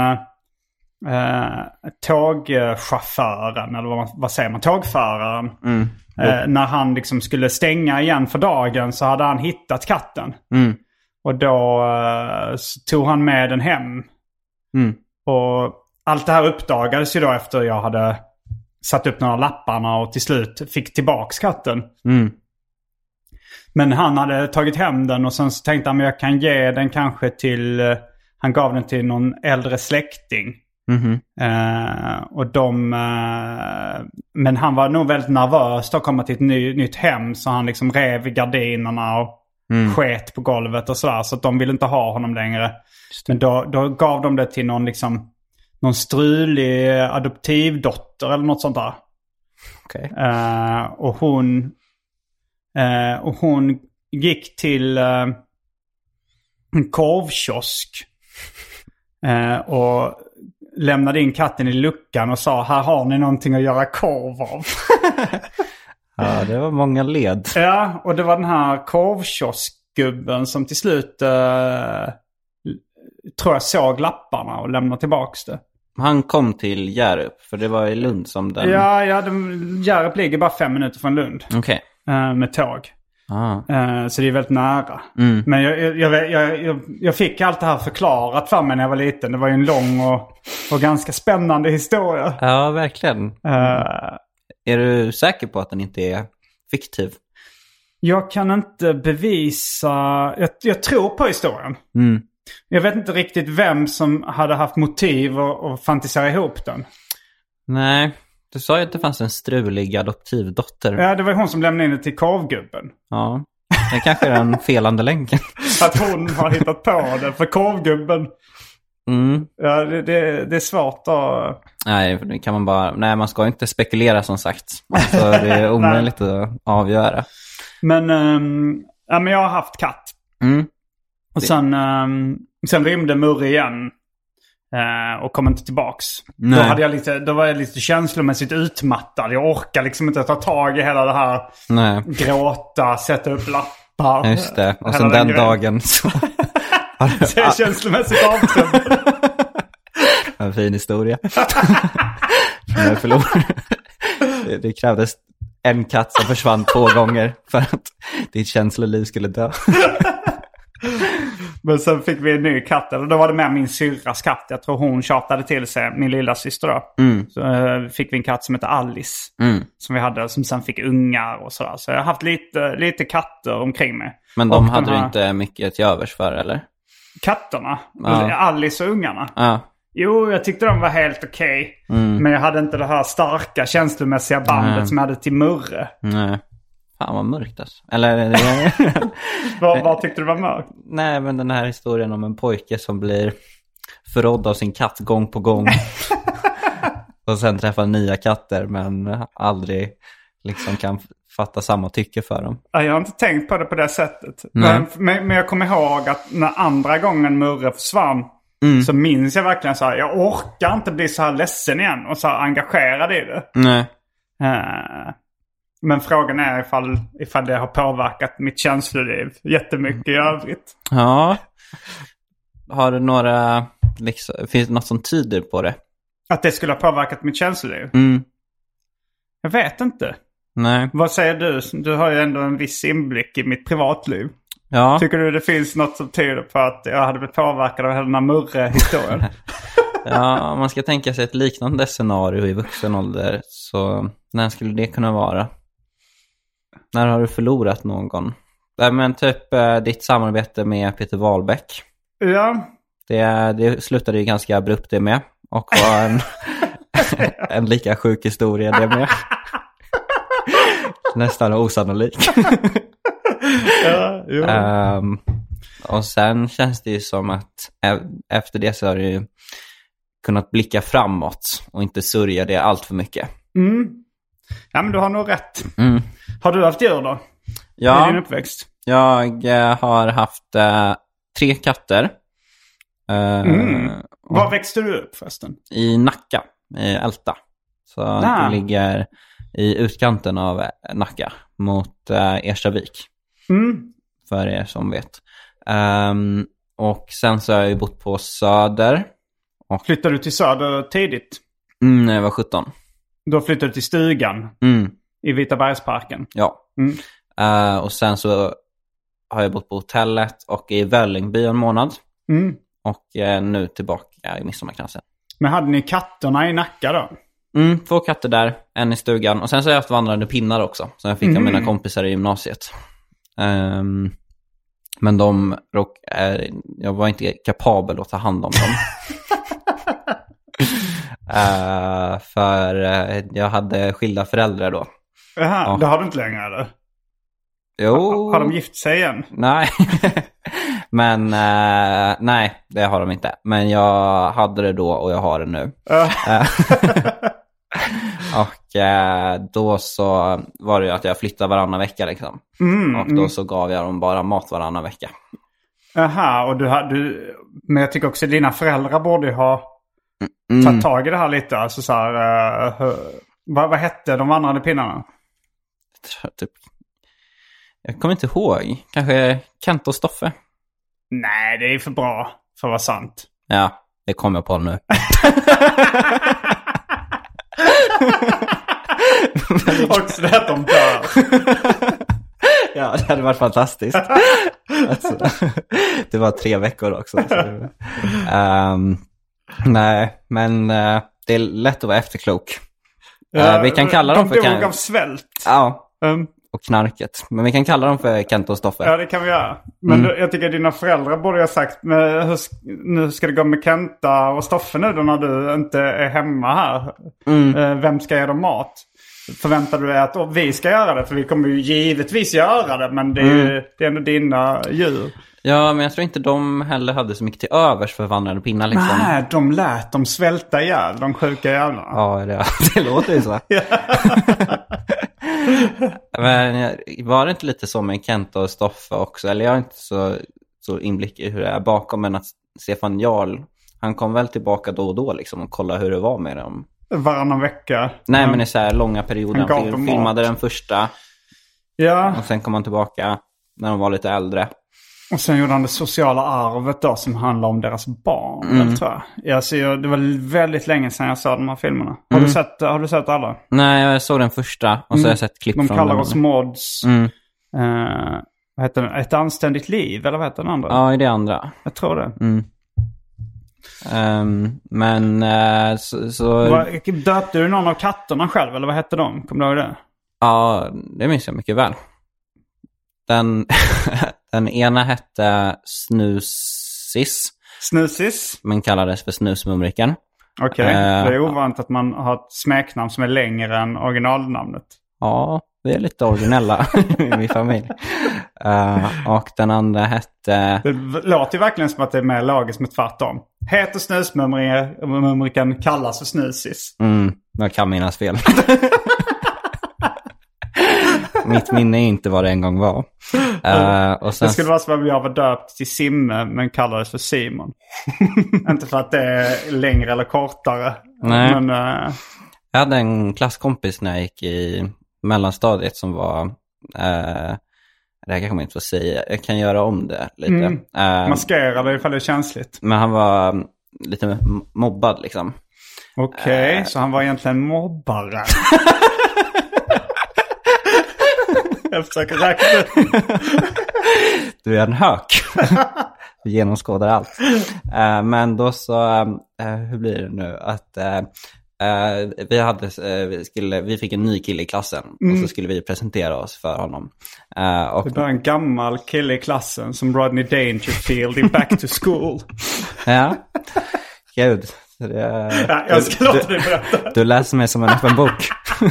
tågchauffören, eller vad säger man? Tågföraren. När han liksom skulle stänga igen för dagen så hade han hittat katten. Och då tog han med den hem. Och allt det här uppdagades ju då efter jag hade satt upp några lapparna och till slut fick tillbaks katten. Men han hade tagit hem den och sen så tänkte han att jag kan ge den kanske till... Han gav den till någon äldre släkting. Och men han var nog väldigt nervös att komma till ett nytt hem. Så han liksom rev i gardinerna och sket på golvet och sådär. Så att de ville inte ha honom längre. Men då gav de det till någon strulig adoptivdotter eller något sånt där. Okay. Och hon gick till en korvkiosk och lämnade in katten i luckan och sa, här har ni någonting att göra korv av. Ja, det var många led. Ja, och det var den här korvkioskgubben som till slut tror jag såg lapparna och lämnade tillbaks det. Han kom till Hjärup, för det var i Lund som den... Ja, Hjärup ligger bara 5 minuter från Lund. Okej. Med tåg. Så det är väldigt nära. Men jag fick allt det här förklarat för mig när jag var liten. Det var ju en lång och ganska spännande historia. Ja, verkligen. Är du säker på att den inte är fiktiv? Jag kan inte bevisa... Jag tror på historien. Jag vet inte riktigt vem som hade haft motiv att fantisera ihop den. Nej, du sa ju att det fanns en strulig adoptivdotter. Ja, det var hon som lämnade in det till korvgubben. Ja, det kanske är den felande länken. Att hon har hittat på det. För korvgubben Ja, det är svårt att... Nej, det kan man bara... Nej, man ska inte spekulera som sagt. Så det är omöjligt att avgöra. Men, men jag har haft katt. Och sen rymde Murre igen. Och kom inte tillbaks. Då var jag lite känslomässigt utmattad. Jag orkar liksom inte ta tag i hela det här. Nej. Gråta, sätta upp lappar. Just det. Och sen den dagen så... Så jag känslomässigt avtrubbad. En fin historia. Jag förlorade. Det krävdes en katt som försvann 2 gånger för att ditt känsloliv skulle dö. Men sen fick vi en ny katt. Eller då var det med min syrras katt. Jag tror hon tjatade till sig, min lilla syster då. Så fick vi en katt som heter Alice. Som vi hade, som sen fick ungar och sådär. Så jag har haft lite katter omkring mig. Men de hade du inte mycket till övers för, eller? Katterna? Ja. Alice och ungarna? Ja. Jo, jag tyckte de var helt okej. Men jag hade inte det här starka känslomässiga bandet som jag hade till Murre. Nej. Fan vad mörkt alltså. Eller... Vad tyckte du var mörkt? Nej, men den här historien om en pojke som blir förrådd av sin katt gång på gång. Och sen träffar nya katter men aldrig liksom kan fatta samma tycke för dem. Jag har inte tänkt på det på det sättet. Men jag kommer ihåg att när andra gången Murre försvann så minns jag verkligen så här, jag orkar inte bli så här ledsen igen och så här engagerad i det. Nej. Men frågan är ifall det har påverkat mitt känsloliv jättemycket i övrigt. Ja. Har du några, liksom, finns det något som tyder på det? Att det skulle ha påverkat mitt känsloliv? Jag vet inte. Nej. Vad säger du? Du har ju ändå en viss inblick i mitt privatliv. Ja. Tycker du det finns något som tyder på att jag hade blivit påverkad av hela den här Murre-historien? Ja, om man ska tänka sig ett liknande scenario i vuxen ålder, så när skulle det kunna vara? När har du förlorat någon? Men typ ditt samarbete med Peter Wahlbeck. Ja. Det slutade ju ganska abrupt det med. Och var en lika sjuk historia det med. Nästan osannolik. Ja, och sen känns det ju som att efter det så har du ju kunnat blicka framåt och inte sörja det allt för mycket. Ja, men du har nog rätt. Har du haft djur då? Ja. I din uppväxt? Jag har haft 3 katter. Var växte du upp förresten? I Nacka, i Älta. Så det ligger i utkanten av Nacka mot Erstavik. För er som vet. Och sen så har jag ju bott på Söder. Och... Flyttade du till Söder tidigt? När jag var 17. Då flyttade du till stugan i Vitabergsparken? Ja. Och sen så har jag bott på hotellet och i Vällingby en månad. Och nu tillbaka i Midsommarkransen. Men hade ni katterna i Nacka då? 2 katter där, en i stugan. Och sen så har jag haft vandrande pinnar också. Så jag fick av mina kompisar i gymnasiet. Men jag var inte kapabel att ta hand om dem. För jag hade skilda föräldrar då. Jaha, det har du inte längre eller? Jo. Har de gift sig igen? Nej. Men nej, det har de inte. Men jag hade det då och jag har det nu. Och då så var det ju att jag flyttade varannan vecka liksom. Och då så gav jag dem bara mat varannan vecka. Aha, och men jag tycker också att dina föräldrar borde ju ha tagit tag i det här lite. Alltså så här, vad hette de vandrande pinnarna? Jag kommer inte ihåg. Kanske Kent och Stoffe. Nej, det är för bra för att vara sant. Ja, det kommer jag på nu. Också det att de dör. Ja, det hade varit fantastiskt. Alltså, det var 3 veckor också. Så. Nej, men det är lätt att vara efterklok. Vi kan kalla dem för... De dog av svält. Ja, och knarket. Men vi kan kalla dem för Kent och Stoffe. Ja, det kan vi göra. Men jag tycker att dina föräldrar borde ha sagt, nu ska det gå med Kenta och Stoffe nu då när du inte är hemma här. Vem ska ge dem mat? Förväntar du dig att vi ska göra det? För vi kommer ju givetvis göra det, men det är ju det är ändå dina djur. Ja, men jag tror inte de heller hade så mycket till övers för vandrande pinnar liksom. Nej, de lät dem svälta ihjäl, de sjuka jävlarna. Ja, det låter ju så. Men var det inte lite så med Kent och Stoffe också? Eller jag har inte så inblick i hur det är bakom, men att Stefan Jarl, han kom väl tillbaka då och då liksom och kolla hur det var med dem. Varannan vecka. Nej, men i så här långa perioder. Han filmade den första. Ja. Och sen kom han tillbaka när de var lite äldre. Och sen gjorde han det sociala arvet då, som handlar om deras barn, tror jag. Det var väldigt länge sedan jag såg de här filmerna. Har du sett alla? Nej, jag såg den första och så har jag sett klipp från den. De kallar oss mods. Vad heter den? Ett anständigt liv, eller vad heter den andra? Ja, det är andra. Jag tror det. Men döpte du någon av katterna själv, eller vad hette de? Kommer du ihåg det? Ja, det minns jag mycket väl. Den ena hette Snusis. Snusis? Men kallades för Snusmumriken. Okej, det är ovanligt att man har ett smeknamn som är längre än originalnamnet. Ja, vi är lite originella i min familj. Och den andra hette... Det låter ju verkligen som att det är mer logiskt med tvärtom. Heter Snusmumriken, kallas för Snusis. Jag kan minnas fel. Mitt minne är inte vad det en gång var. Och sen... Det skulle vara som om jag var döpt till Simme men kallades för Simon. Inte för att det är längre eller kortare. Nej. Men, jag hade en klasskompis när jag gick i mellanstadiet som var... det här kan jag inte få säga. Jag kan göra om det lite. Maskera det ifall det är känsligt. Men han var lite mobbad liksom. Okej, så han var egentligen mobbare. Jag försöker räkna. Du är en hök. Du genomskådar allt. Men då så, hur blir det nu? Att vi fick en ny kille i klassen. Och så skulle vi presentera oss för honom. Och det var en gammal kille i klassen som Rodney Dangerfield i Back to School. Ja, gud. Jag ska låta dig berätta. Du läser mig som en öppen bok.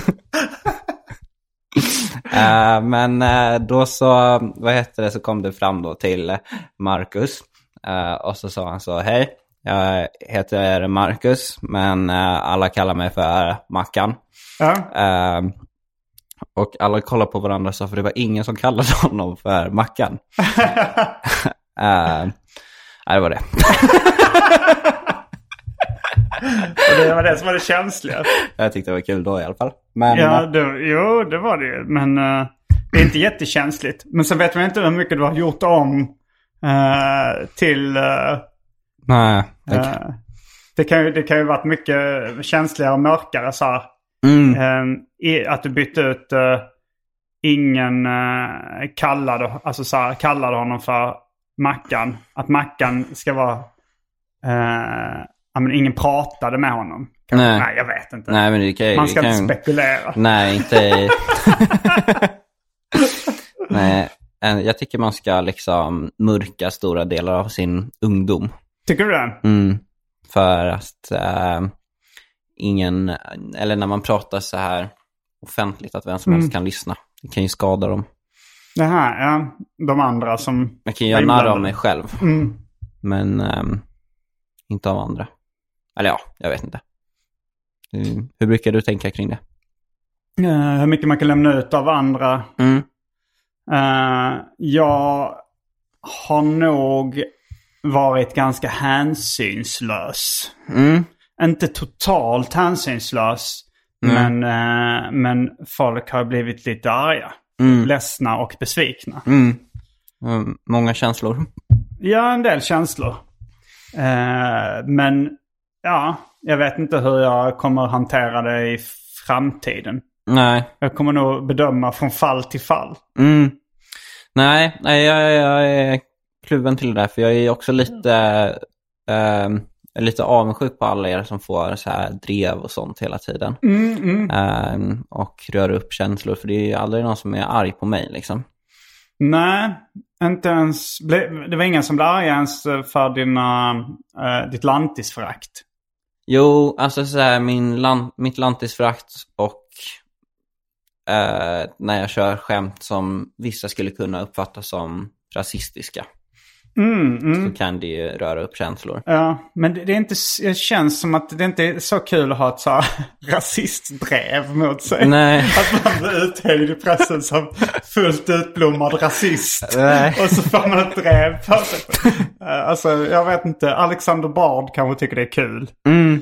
Men då så, så kom det fram då till Marcus. Och så sa han så: hej, jag heter Marcus, men alla kallar mig för Mackan. Och alla kollar på varandra så, för det var ingen som kallade honom för Mackan. Det var det. Och det var det som var det känsliga. Jag tyckte det var kul då i alla fall. Men, ja, det var det. Men det är inte jättekänsligt. Men så vet man inte hur mycket du har gjort om till... nej. Det kan ju varit mycket känsligare och mörkare så här. Att du bytte ut ingen kallade honom för Mackan. Att Mackan ska vara... men ingen pratade med honom. Nej, jag vet inte. Nej, men man ska inte spekulera. Nej, inte... Nej, jag tycker man ska liksom mörka stora delar av sin ungdom. Tycker du det? För att ingen... Eller när man pratar så här offentligt att vem som helst kan lyssna. Det kan ju skada dem. Det här, ja. De andra som... Jag kan ju göra narr av mig själv. Men... inte av andra. Eller ja, jag vet inte. Hur brukar du tänka kring det? Hur mycket man kan lämna ut av andra. Jag har nog varit ganska hänsynslös. Inte totalt hänsynslös. Men folk har blivit lite arga. Ledsna och besvikna. Många känslor. Ja, en del känslor. Men ja, jag vet inte hur jag kommer att hantera det i framtiden. Nej. Jag kommer nog bedöma från fall till fall. Nej, jag är kluven till det där. För jag är också lite avundsjuk på alla er som får så här drev och sånt hela tiden. Och rör upp känslor. För det är ju aldrig någon som är arg på mig liksom. Nej, inte ens. Det var ingen som blev arg ens för ditt lantisförakt. Jo, alltså så här, mitt lantisförakt och när jag kör skämt som vissa skulle kunna uppfatta som rasistiska. Så kan det ju röra upp känslor. Ja, men det är inte, det känns som att det inte är så kul att ha ett så här rasistdrev mot sig. Nej. Att man blir uthängd i pressen som fullt utblommad rasist. Nej. Och så får man ett drev för sig. Alltså, jag vet inte. Alexander Bard kanske tycker det är kul.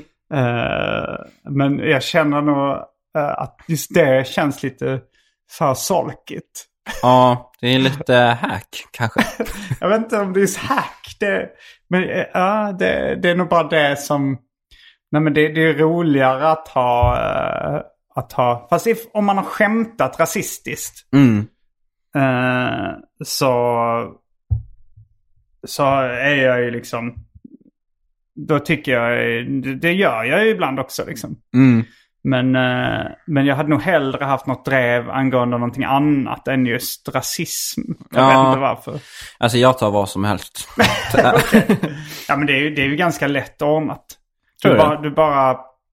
Men jag känner nog att just det känns lite för solkigt. Ja, det är lite hack kanske. Jag vet inte om det är hack. Men ja, det är nog bara det som... Nej, men det är roligare att ha... Fast om man har skämtat rasistiskt så är jag ju liksom... Då tycker jag... Det gör jag ju ibland också liksom. Men jag hade nog hellre haft något drev angående någonting annat än just rasism. Jag vet inte varför. Alltså jag tar vad som helst. Okay. Ja, men det är ju ganska lätt ordnat. Du bara...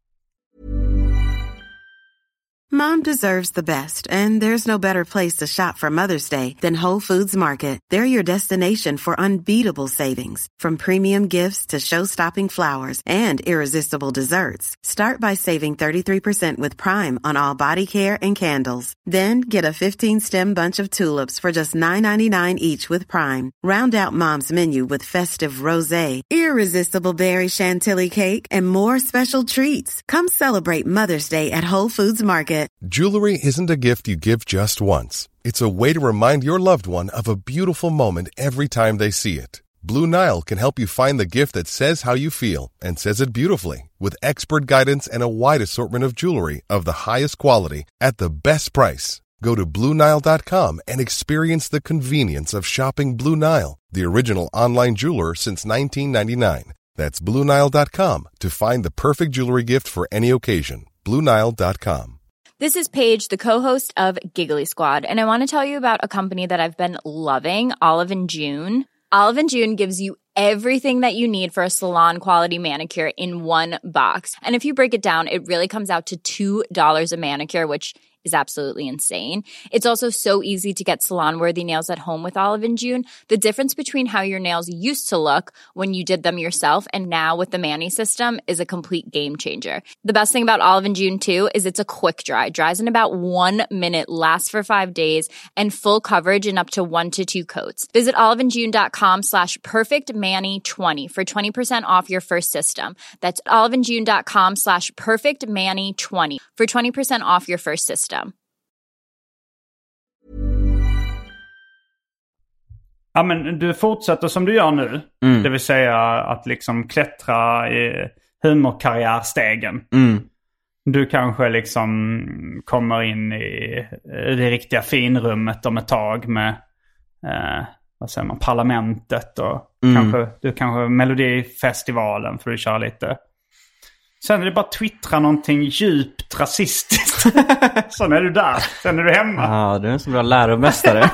Mom deserves the best, and there's no better place to shop for Mother's Day than Whole Foods Market. They're your destination for unbeatable savings, from premium gifts to show-stopping flowers and irresistible desserts. Start by saving 33% with Prime on all body care and candles. Then get a 15-stem bunch of tulips for just $9.99 each with Prime. Round out Mom's menu with festive rosé, irresistible berry chantilly cake, and more special treats. Come celebrate Mother's Day at Whole Foods Market. Jewelry isn't a gift you give just once. It's a way to remind your loved one of a beautiful moment every time they see it. Blue Nile can help you find the gift that says how you feel and says it beautifully, with expert guidance and a wide assortment of jewelry of the highest quality at the best price. Go to BlueNile.com and experience the convenience of shopping Blue Nile, the original online jeweler since 1999. That's BlueNile.com to find the perfect jewelry gift for any occasion. BlueNile.com. This is Paige, the co-host of Giggly Squad, and I want to tell you about a company that I've been loving, Olive & June. Olive & June gives you everything that you need for a salon-quality manicure in one box. And if you break it down, it really comes out to $2 a manicure, which is absolutely insane. It's also so easy to get salon-worthy nails at home with Olive & June. The difference between how your nails used to look when you did them yourself and now with the Mani system is a complete game changer. The best thing about Olive & June, too, is it's a quick dry. Dries in about 1 minute, lasts for 5 days, and full coverage in up to 1 to 2 coats. Visit oliveandjune.com/perfectmani20 for 20% off your first system. That's oliveandjune.com/perfectmani20 for 20% off your first system. Ja, men du fortsätter som du gör nu. Det vill säga att liksom klättra i humorkarriärstegen. Du kanske liksom kommer in i det riktiga finrummet om ett tag med vad säger man, parlamentet och kanske Melodifestivalen för att köra lite. Sen är det bara twittra någonting djupt rasistiskt. Sen är du där. Sen är du hemma. Ja, du är en så bra läromästare.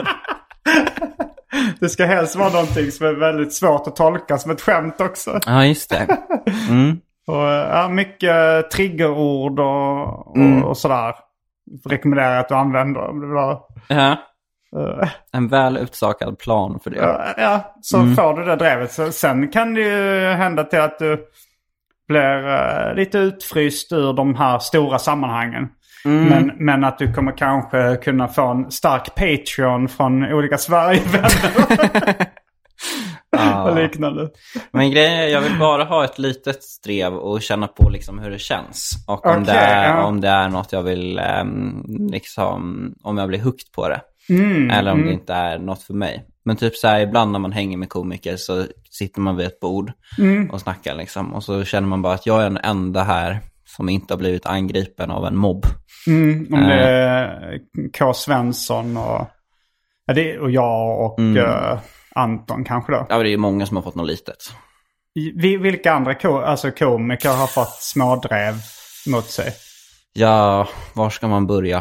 Det ska helst vara någonting som är väldigt svårt att tolka som ett skämt också. Ja, just det. Och ja, mycket triggerord och sådär. Rekommenderar att du använder om det var. Ja. En väl utstakad plan för det. Ja, så får du det drevet. Så sen kan det ju hända till att du blir lite utfryst ur de här stora sammanhangen. Men att du kommer kanske kunna få en stark Patreon från olika Sverigevänner och liknande. Men grejen är, jag vill bara ha ett litet drev och känna på liksom hur det känns. Och om det är något jag vill liksom, om jag blir hooked på det. Eller om det inte är något för mig. Men typ så här, ibland när man hänger med komiker så sitter man vid ett bord och snackar liksom. Och så känner man bara att jag är den enda här som inte har blivit angripen av en mobb. Om det är K. Svensson och jag och Anton kanske då. Ja, det är ju många som har fått något litet. Vilka andra komiker har fått smådrev mot sig? Ja, var ska man börja?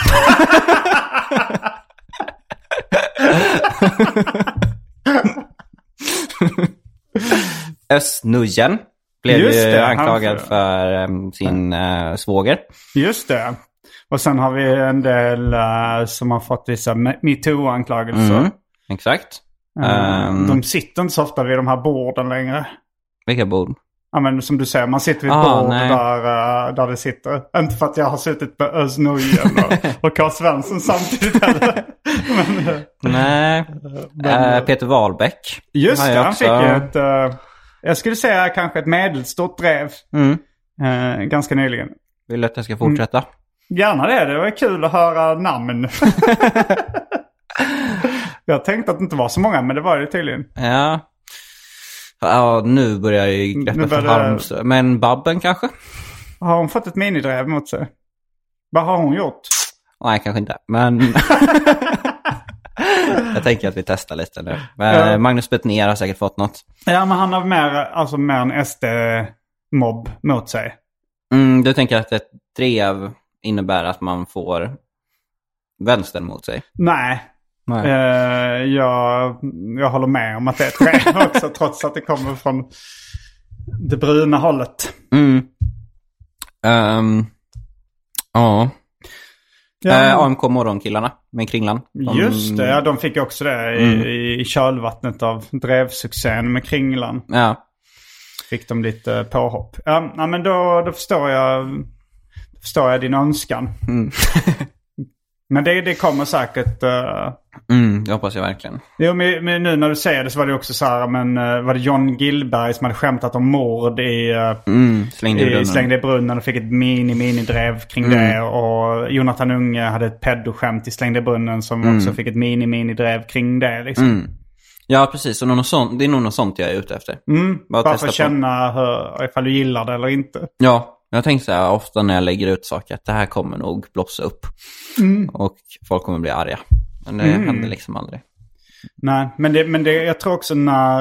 Östnujen blev ju anklagad för sin svåger. Just det. Och sen har vi en del som har fått vissa MeToo-anklagelser. Exakt. De sitter inte så ofta vid de här borden längre. Vilka bord? Ja, men som du säger, man sitter vid ett bord där det sitter. Inte för att jag har suttit med Özz Nujen och Carl Svensson samtidigt heller. Nej, Peter Wahlbeck. Just det, han fick ett... jag skulle säga kanske ett medelstort drev. Ganska nyligen. Vill du att jag ska fortsätta? Gärna det var kul att höra namn. Jag tänkte att det inte var så många, men det var det tydligen. Ja, nu börjar jag ju greppa för Halmstad. Men Babben kanske? Har hon fått ett minidrev mot sig? Vad har hon gjort? Nej, kanske inte. Men jag tänker att vi testar lite nu. Magnus Bettner har säkert fått något. Ja, men han har mer en SD-mobb mot sig. Du tänker att ett drev innebär att man får vänstern mot sig? Nej. Jag håller med om att det är ett drev också, trots att det kommer från det bruna hållet. AMK morgonkillarna med Kringlan. Just det, de fick också det i kölvattnet av drevsuccén med Kringlan. Ja. Fick de lite påhopp. Ja, men då förstår jag din önskan. Men det kommer säkert... det hoppas jag verkligen. Jo, men nu när du säger det så var det också så här, men var det John Gillberg som hade skämtat om mord i Slängde i brunnen och fick ett mini-drev kring det. Och Jonathan Unge hade ett pedoskämt i Slängde i brunnen som också fick ett mini-drev kring det liksom. Ja, precis. Och det är nog något sånt jag är ute efter. Bara för att känna ifall du gillar det eller inte. Ja. Jag tänker så här ofta när jag lägger ut saker att det här kommer nog blossa upp. Och folk kommer bli arga. Men det händer liksom aldrig. Nej, men jag tror också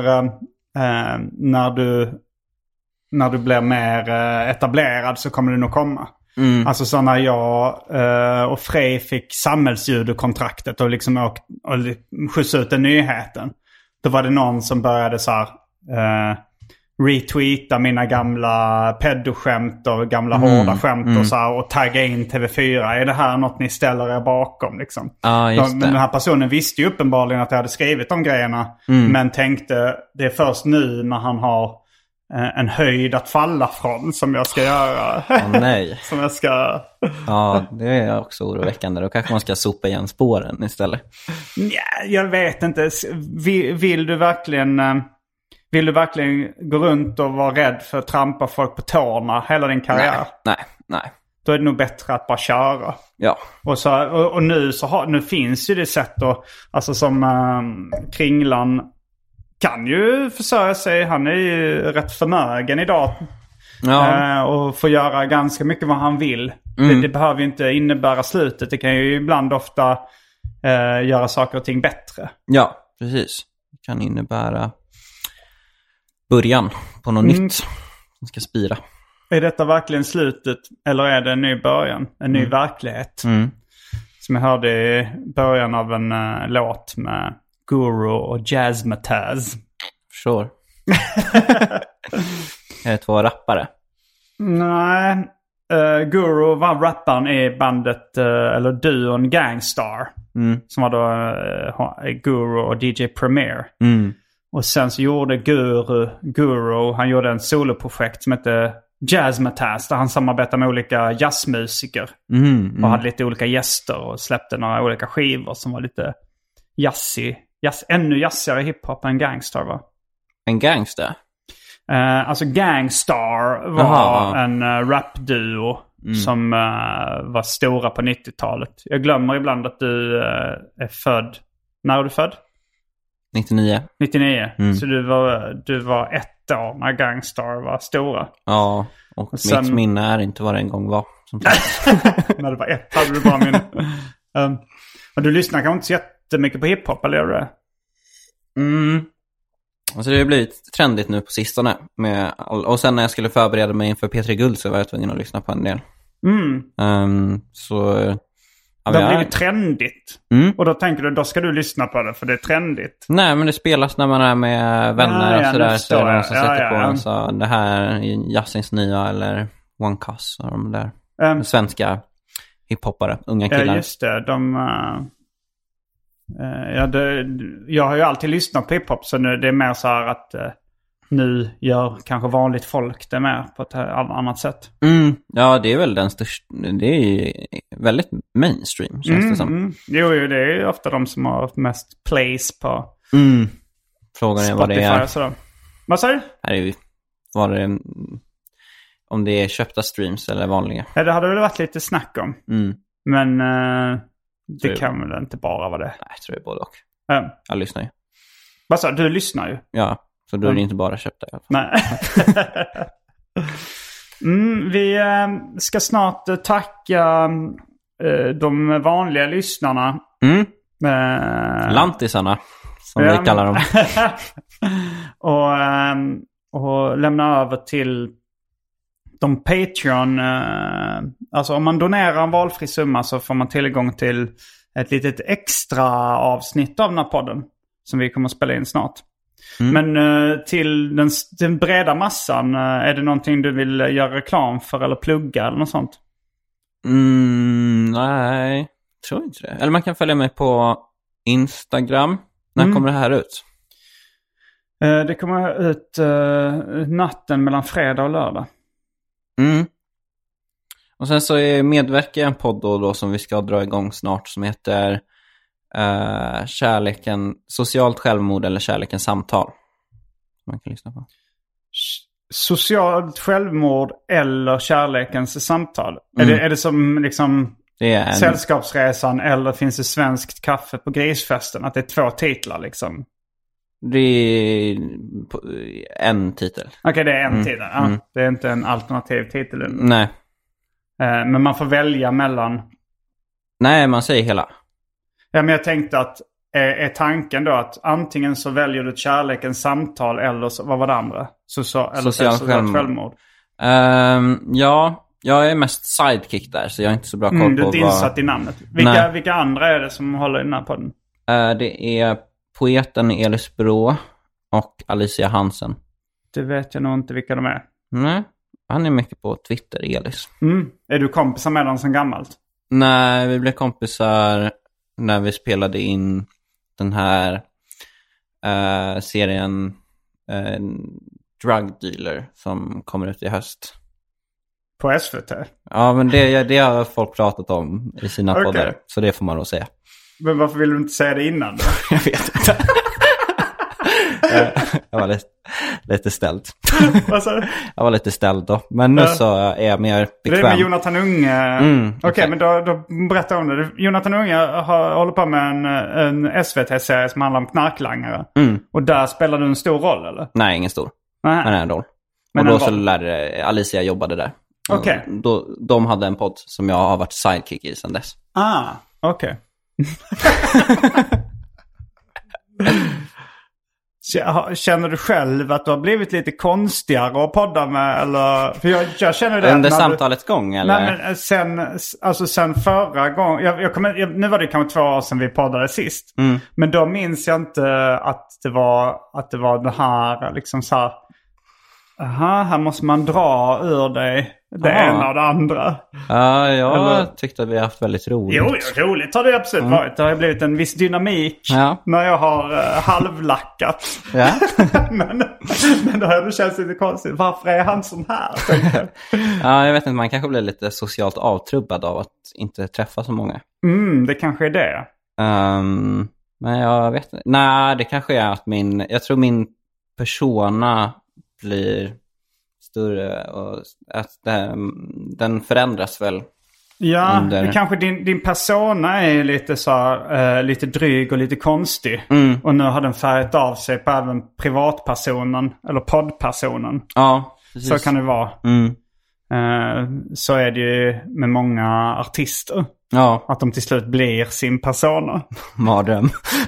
när du blir mer etablerad så kommer det nog komma. Alltså så när jag och Frej fick samhällsjudokontraktet och liksom skjuts ut den nyheten. Då var det någon som började så här... retweeta mina gamla pedoskämt och gamla hårda skämt och så här, och tagga in TV4. Är det här något ni ställer er bakom liksom? Men den här personen visste ju uppenbarligen att jag hade skrivit de grejerna, men tänkte det är först nu när han har en höjd att falla från som jag ska göra. Nej. Som jag ska... Ja, det är också oroväckande. Då kanske man ska sopa igen spåren istället. Ja, jag vet inte. Vill du verkligen gå runt och vara rädd för att trampa folk på tårna hela din karriär? Nej. Då är det nog bättre att bara köra. Ja. Och nu finns ju det sätt att, alltså som Kringlan kan ju försörja sig. Han är ju rätt förmögen idag. Ja. Och får göra ganska mycket vad han vill. Det behöver ju inte innebära slutet. Det kan ju ibland ofta göra saker och ting bättre. Ja, precis. Det kan innebära början på något nytt som ska spira. Är detta verkligen slutet eller är det en ny början? En ny verklighet? Som jag hörde i början av en låt med Guru och Jazzmatazz. Sure. Är det två rappare? Nej. Guru var rapparen i bandet, eller duon Gangstar. Som var då Guru och DJ Premier. Och sen så gjorde Guru, han gjorde en soloprojekt som hette Jazzmatazz, där han samarbetade med olika jazzmusiker. Och hade lite olika gäster och släppte några olika skivor som var lite ännu jazzigare hiphop än Gangstar, va? En Gangster? Alltså Gangstar var en rapduo som var stora på 90-talet. Jag glömmer ibland att du är född. När är du född? 99. Så du var 1 år när Gangstar var stora. Ja, och sen, mitt minne är inte vad det en gång var. När du var 1 hade du bara minne. Men du lyssnar kanske inte så jättemycket på hiphop, eller gör du det? Alltså det har blivit trendigt nu på sistone. Och sen när jag skulle förbereda mig inför P3 Guld så var jag tvungen att lyssna på en del. Det har blivit trendigt. Och då tänker du, då ska du lyssna på det för det är trendigt. Nej, men det spelas när man är med vänner och sådär. Så är det någon som sätter på en så det här är Jazzins nya eller One Cuss och de där svenska hiphoppare, unga killar. Ja, just det. Jag har ju alltid lyssnat på hiphop, så nu det är mer så här att nu gör kanske vanligt folk det mer på ett annat sätt. Ja, det är väl den största. Det är ju väldigt mainstream, känns det som. Jo, det är ju ofta de som har mest plays på Frågan är Spotify, vad det är. Så. Vad sa du? Här är ju, om det är köpta streams eller vanliga. Ja, det hade väl varit lite snack om. Men det kan väl inte bara vara det. Nej, jag tror det är både och. Jag lyssnar ju. Vad sa du? Du lyssnar ju. Ja, så då är det inte bara köpta i alla fall. Nej. Vi ska snart tacka de vanliga lyssnarna. Lantisarna, som vi kallar dem. och lämna över till de Patreon. Alltså om man donerar en valfri summa så får man tillgång till ett litet extra avsnitt av den här podden som vi kommer att spela in snart. Men till den breda massan, är det någonting du vill göra reklam för eller plugga eller något sånt? Nej, tror inte det. Eller man kan följa mig på Instagram. När kommer det här ut? Det kommer ut natten mellan fredag och lördag. Och sen så medverkar jag en podd då som vi ska dra igång snart, som heter Kärleken, socialt självmord eller kärlekens samtal. Man kan lyssna på. Socialt självmord eller kärlekens samtal. Är det som liksom Sällskapsresan eller finns det svenskt kaffe på grisfesten? Att det är 2 titlar liksom? Det är en titel. Okej, det är en titel. Ja, det är inte en alternativ titel. Nej. Men man får välja mellan... Nej, man säger hela. Ja, men jag tänkte att är tanken då att antingen så väljer du kärlekens samtal eller så, vad var det andra? Socialt självmord. Ja, jag är mest sidekick där, så jag är inte så bra koll på du är insatt i namnet. Vilka andra är det som håller i den här podden? Det är poeten Elis Brå och Alicia Hansen. Det vet jag nog inte vilka de är. Nej, han är mycket på Twitter, Elis. Är du kompisar med dem som gammalt? Nej, vi blev kompisar när vi spelade in den här serien Drug Dealer som kommer ut i höst. På SVT? Ja, men det har folk pratat om i sina poddar. Så det får man nog säga. Men varför vill du inte säga det innan då? Jag vet inte. Jag var lite ställd. Vad sa du? Jag var lite ställd då. Men nu så är jag mer bekväm. Det är med Jonathan Unge. Okej, men då berättar jag om det. Jonathan Unge håller på med en SVT-serie som handlar om knarklangare. Och där spelar du en stor roll, eller? Nej, ingen stor. Men en roll. Och då så lärde Alicia jobbade där. Okej. De hade en podd som jag har varit sidekick i sedan dess. Okej. Känner du själv att du har blivit lite konstigare att podda med? Eller? För jag känner det under samtalets gång, eller? Nej, men sen förra gången. Nu var det kanske 2 år sedan vi poddade sist. Men då minns jag inte att det var det här liksom så här. Här måste man dra ur dig det ena och det andra. Ja, jag tyckte att vi har haft väldigt roligt. Jo, roligt har det absolut varit. Det har blivit en viss dynamik när jag har halvlackat. Ja. men då har det känts lite konstigt. Varför är han sån här? Ja, jag vet inte. Man kanske blir lite socialt avtrubbad av att inte träffa så många. Det kanske är det. Men jag vet inte. Nej, det kanske är att jag tror min persona blir större och att den förändras väl. Ja, kanske din persona är lite så lite dryg och lite konstig. Och nu har den färgat av sig på även privatpersonen eller poddpersonen. Ja, precis. Så kan det vara. Så är det ju med många artister. Ja. Att de till slut blir sin persona. Mardröm.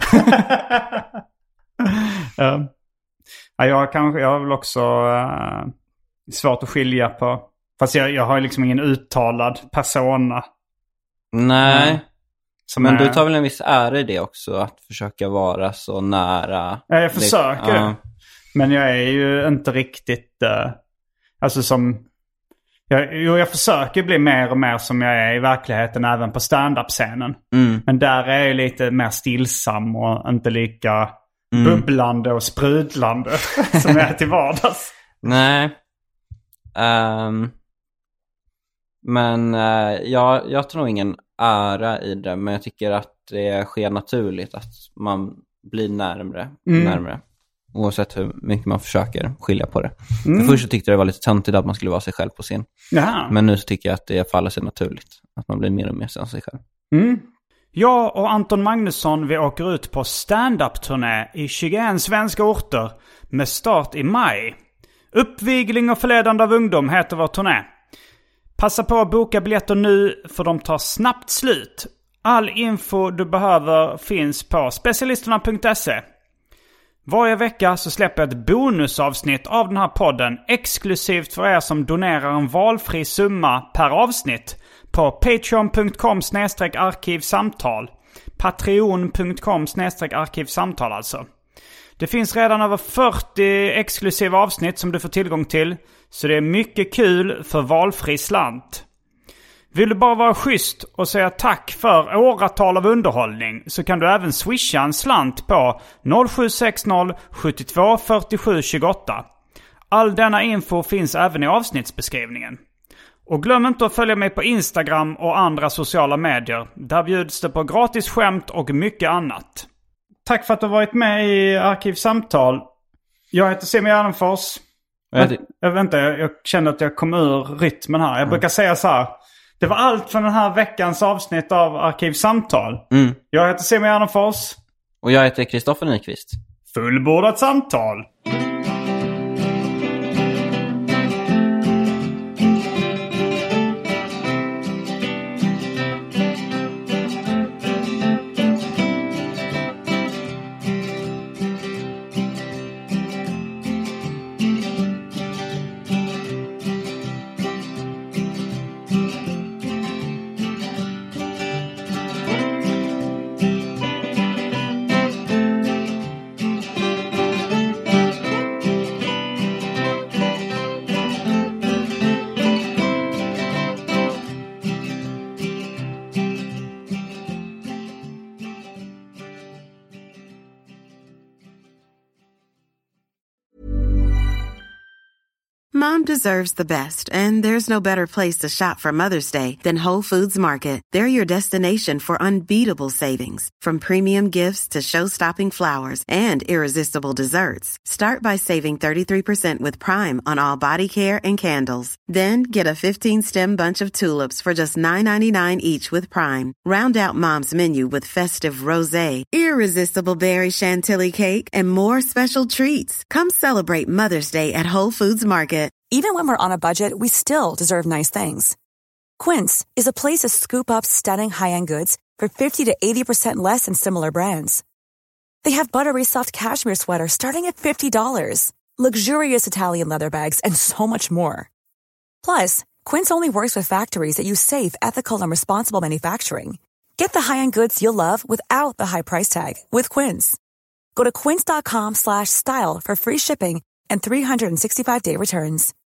Ja, jag har väl också svårt att skilja på. Fast jag har liksom ingen uttalad persona. Nej. Men du tar väl en viss ära i det också, att försöka vara så nära. Ja, jag försöker. Men jag är ju inte riktigt alltså som Jag försöker bli mer och mer som jag är i verkligheten även på stand-up-scenen. Men där är jag lite mer stillsam och inte lika bubblande och sprudlande som jag är till vardags. Nej. Men jag tror nog ingen ära i det. Men jag tycker att det sker naturligt att man blir närmare. Oavsett hur mycket man försöker skilja på det. För först så tyckte jag det var lite töntigt att man skulle vara sig själv på scen. Jaha. Men nu så tycker jag att det faller sig naturligt. Att man blir mer och mer som sig själv. Jag och Anton Magnusson, vi åker ut på stand-up-turné i 21 svenska orter med start i maj. Uppvigling och förledande av ungdom heter vår turné. Passa på att boka biljetter nu för de tar snabbt slut. All info du behöver finns på specialisterna.se. Varje vecka så släpper jag ett bonusavsnitt av den här podden exklusivt för er som donerar en valfri summa per avsnitt på patreon.com/arkivsamtal. Patreon.com/arkivsamtal alltså. Det finns redan över 40 exklusiva avsnitt som du får tillgång till, så det är mycket kul för valfri slant. Vill du bara vara schysst och säga tack för åratal av underhållning så kan du även swisha en slant på 0760 72 47 28. All denna info finns även i avsnittsbeskrivningen. Och glöm inte att följa mig på Instagram och andra sociala medier. Där bjuds det på gratis skämt och mycket annat. Tack för att du har varit med i Arkivsamtal. Jag heter Simon Gärdenfors. Jag känner att jag kom ur rytmen här. Jag brukar säga så här. Det var allt från den här veckans avsnitt av Arkivsamtal. Jag heter Simon Gärdenfors. Och jag heter Kristoffer Nyqvist. Fullbordat samtal. Mom deserves the best, and there's no better place to shop for Mother's Day than Whole Foods Market. They're your destination for unbeatable savings, from premium gifts to show-stopping flowers and irresistible desserts. Start by saving 33% with Prime on all body care and candles. Then get a 15-stem bunch of tulips for just $9.99 each with Prime. Round out Mom's menu with festive rosé, irresistible berry chantilly cake, and more special treats. Come celebrate Mother's Day at Whole Foods Market. Even when we're on a budget, we still deserve nice things. Quince is a place to scoop up stunning high-end goods for 50 to 80% less than similar brands. They have buttery soft cashmere sweaters starting at $50, luxurious Italian leather bags, and so much more. Plus, Quince only works with factories that use safe, ethical, and responsible manufacturing. Get the high-end goods you'll love without the high price tag with Quince. Go to quince.com/style for free shipping and 365-day returns.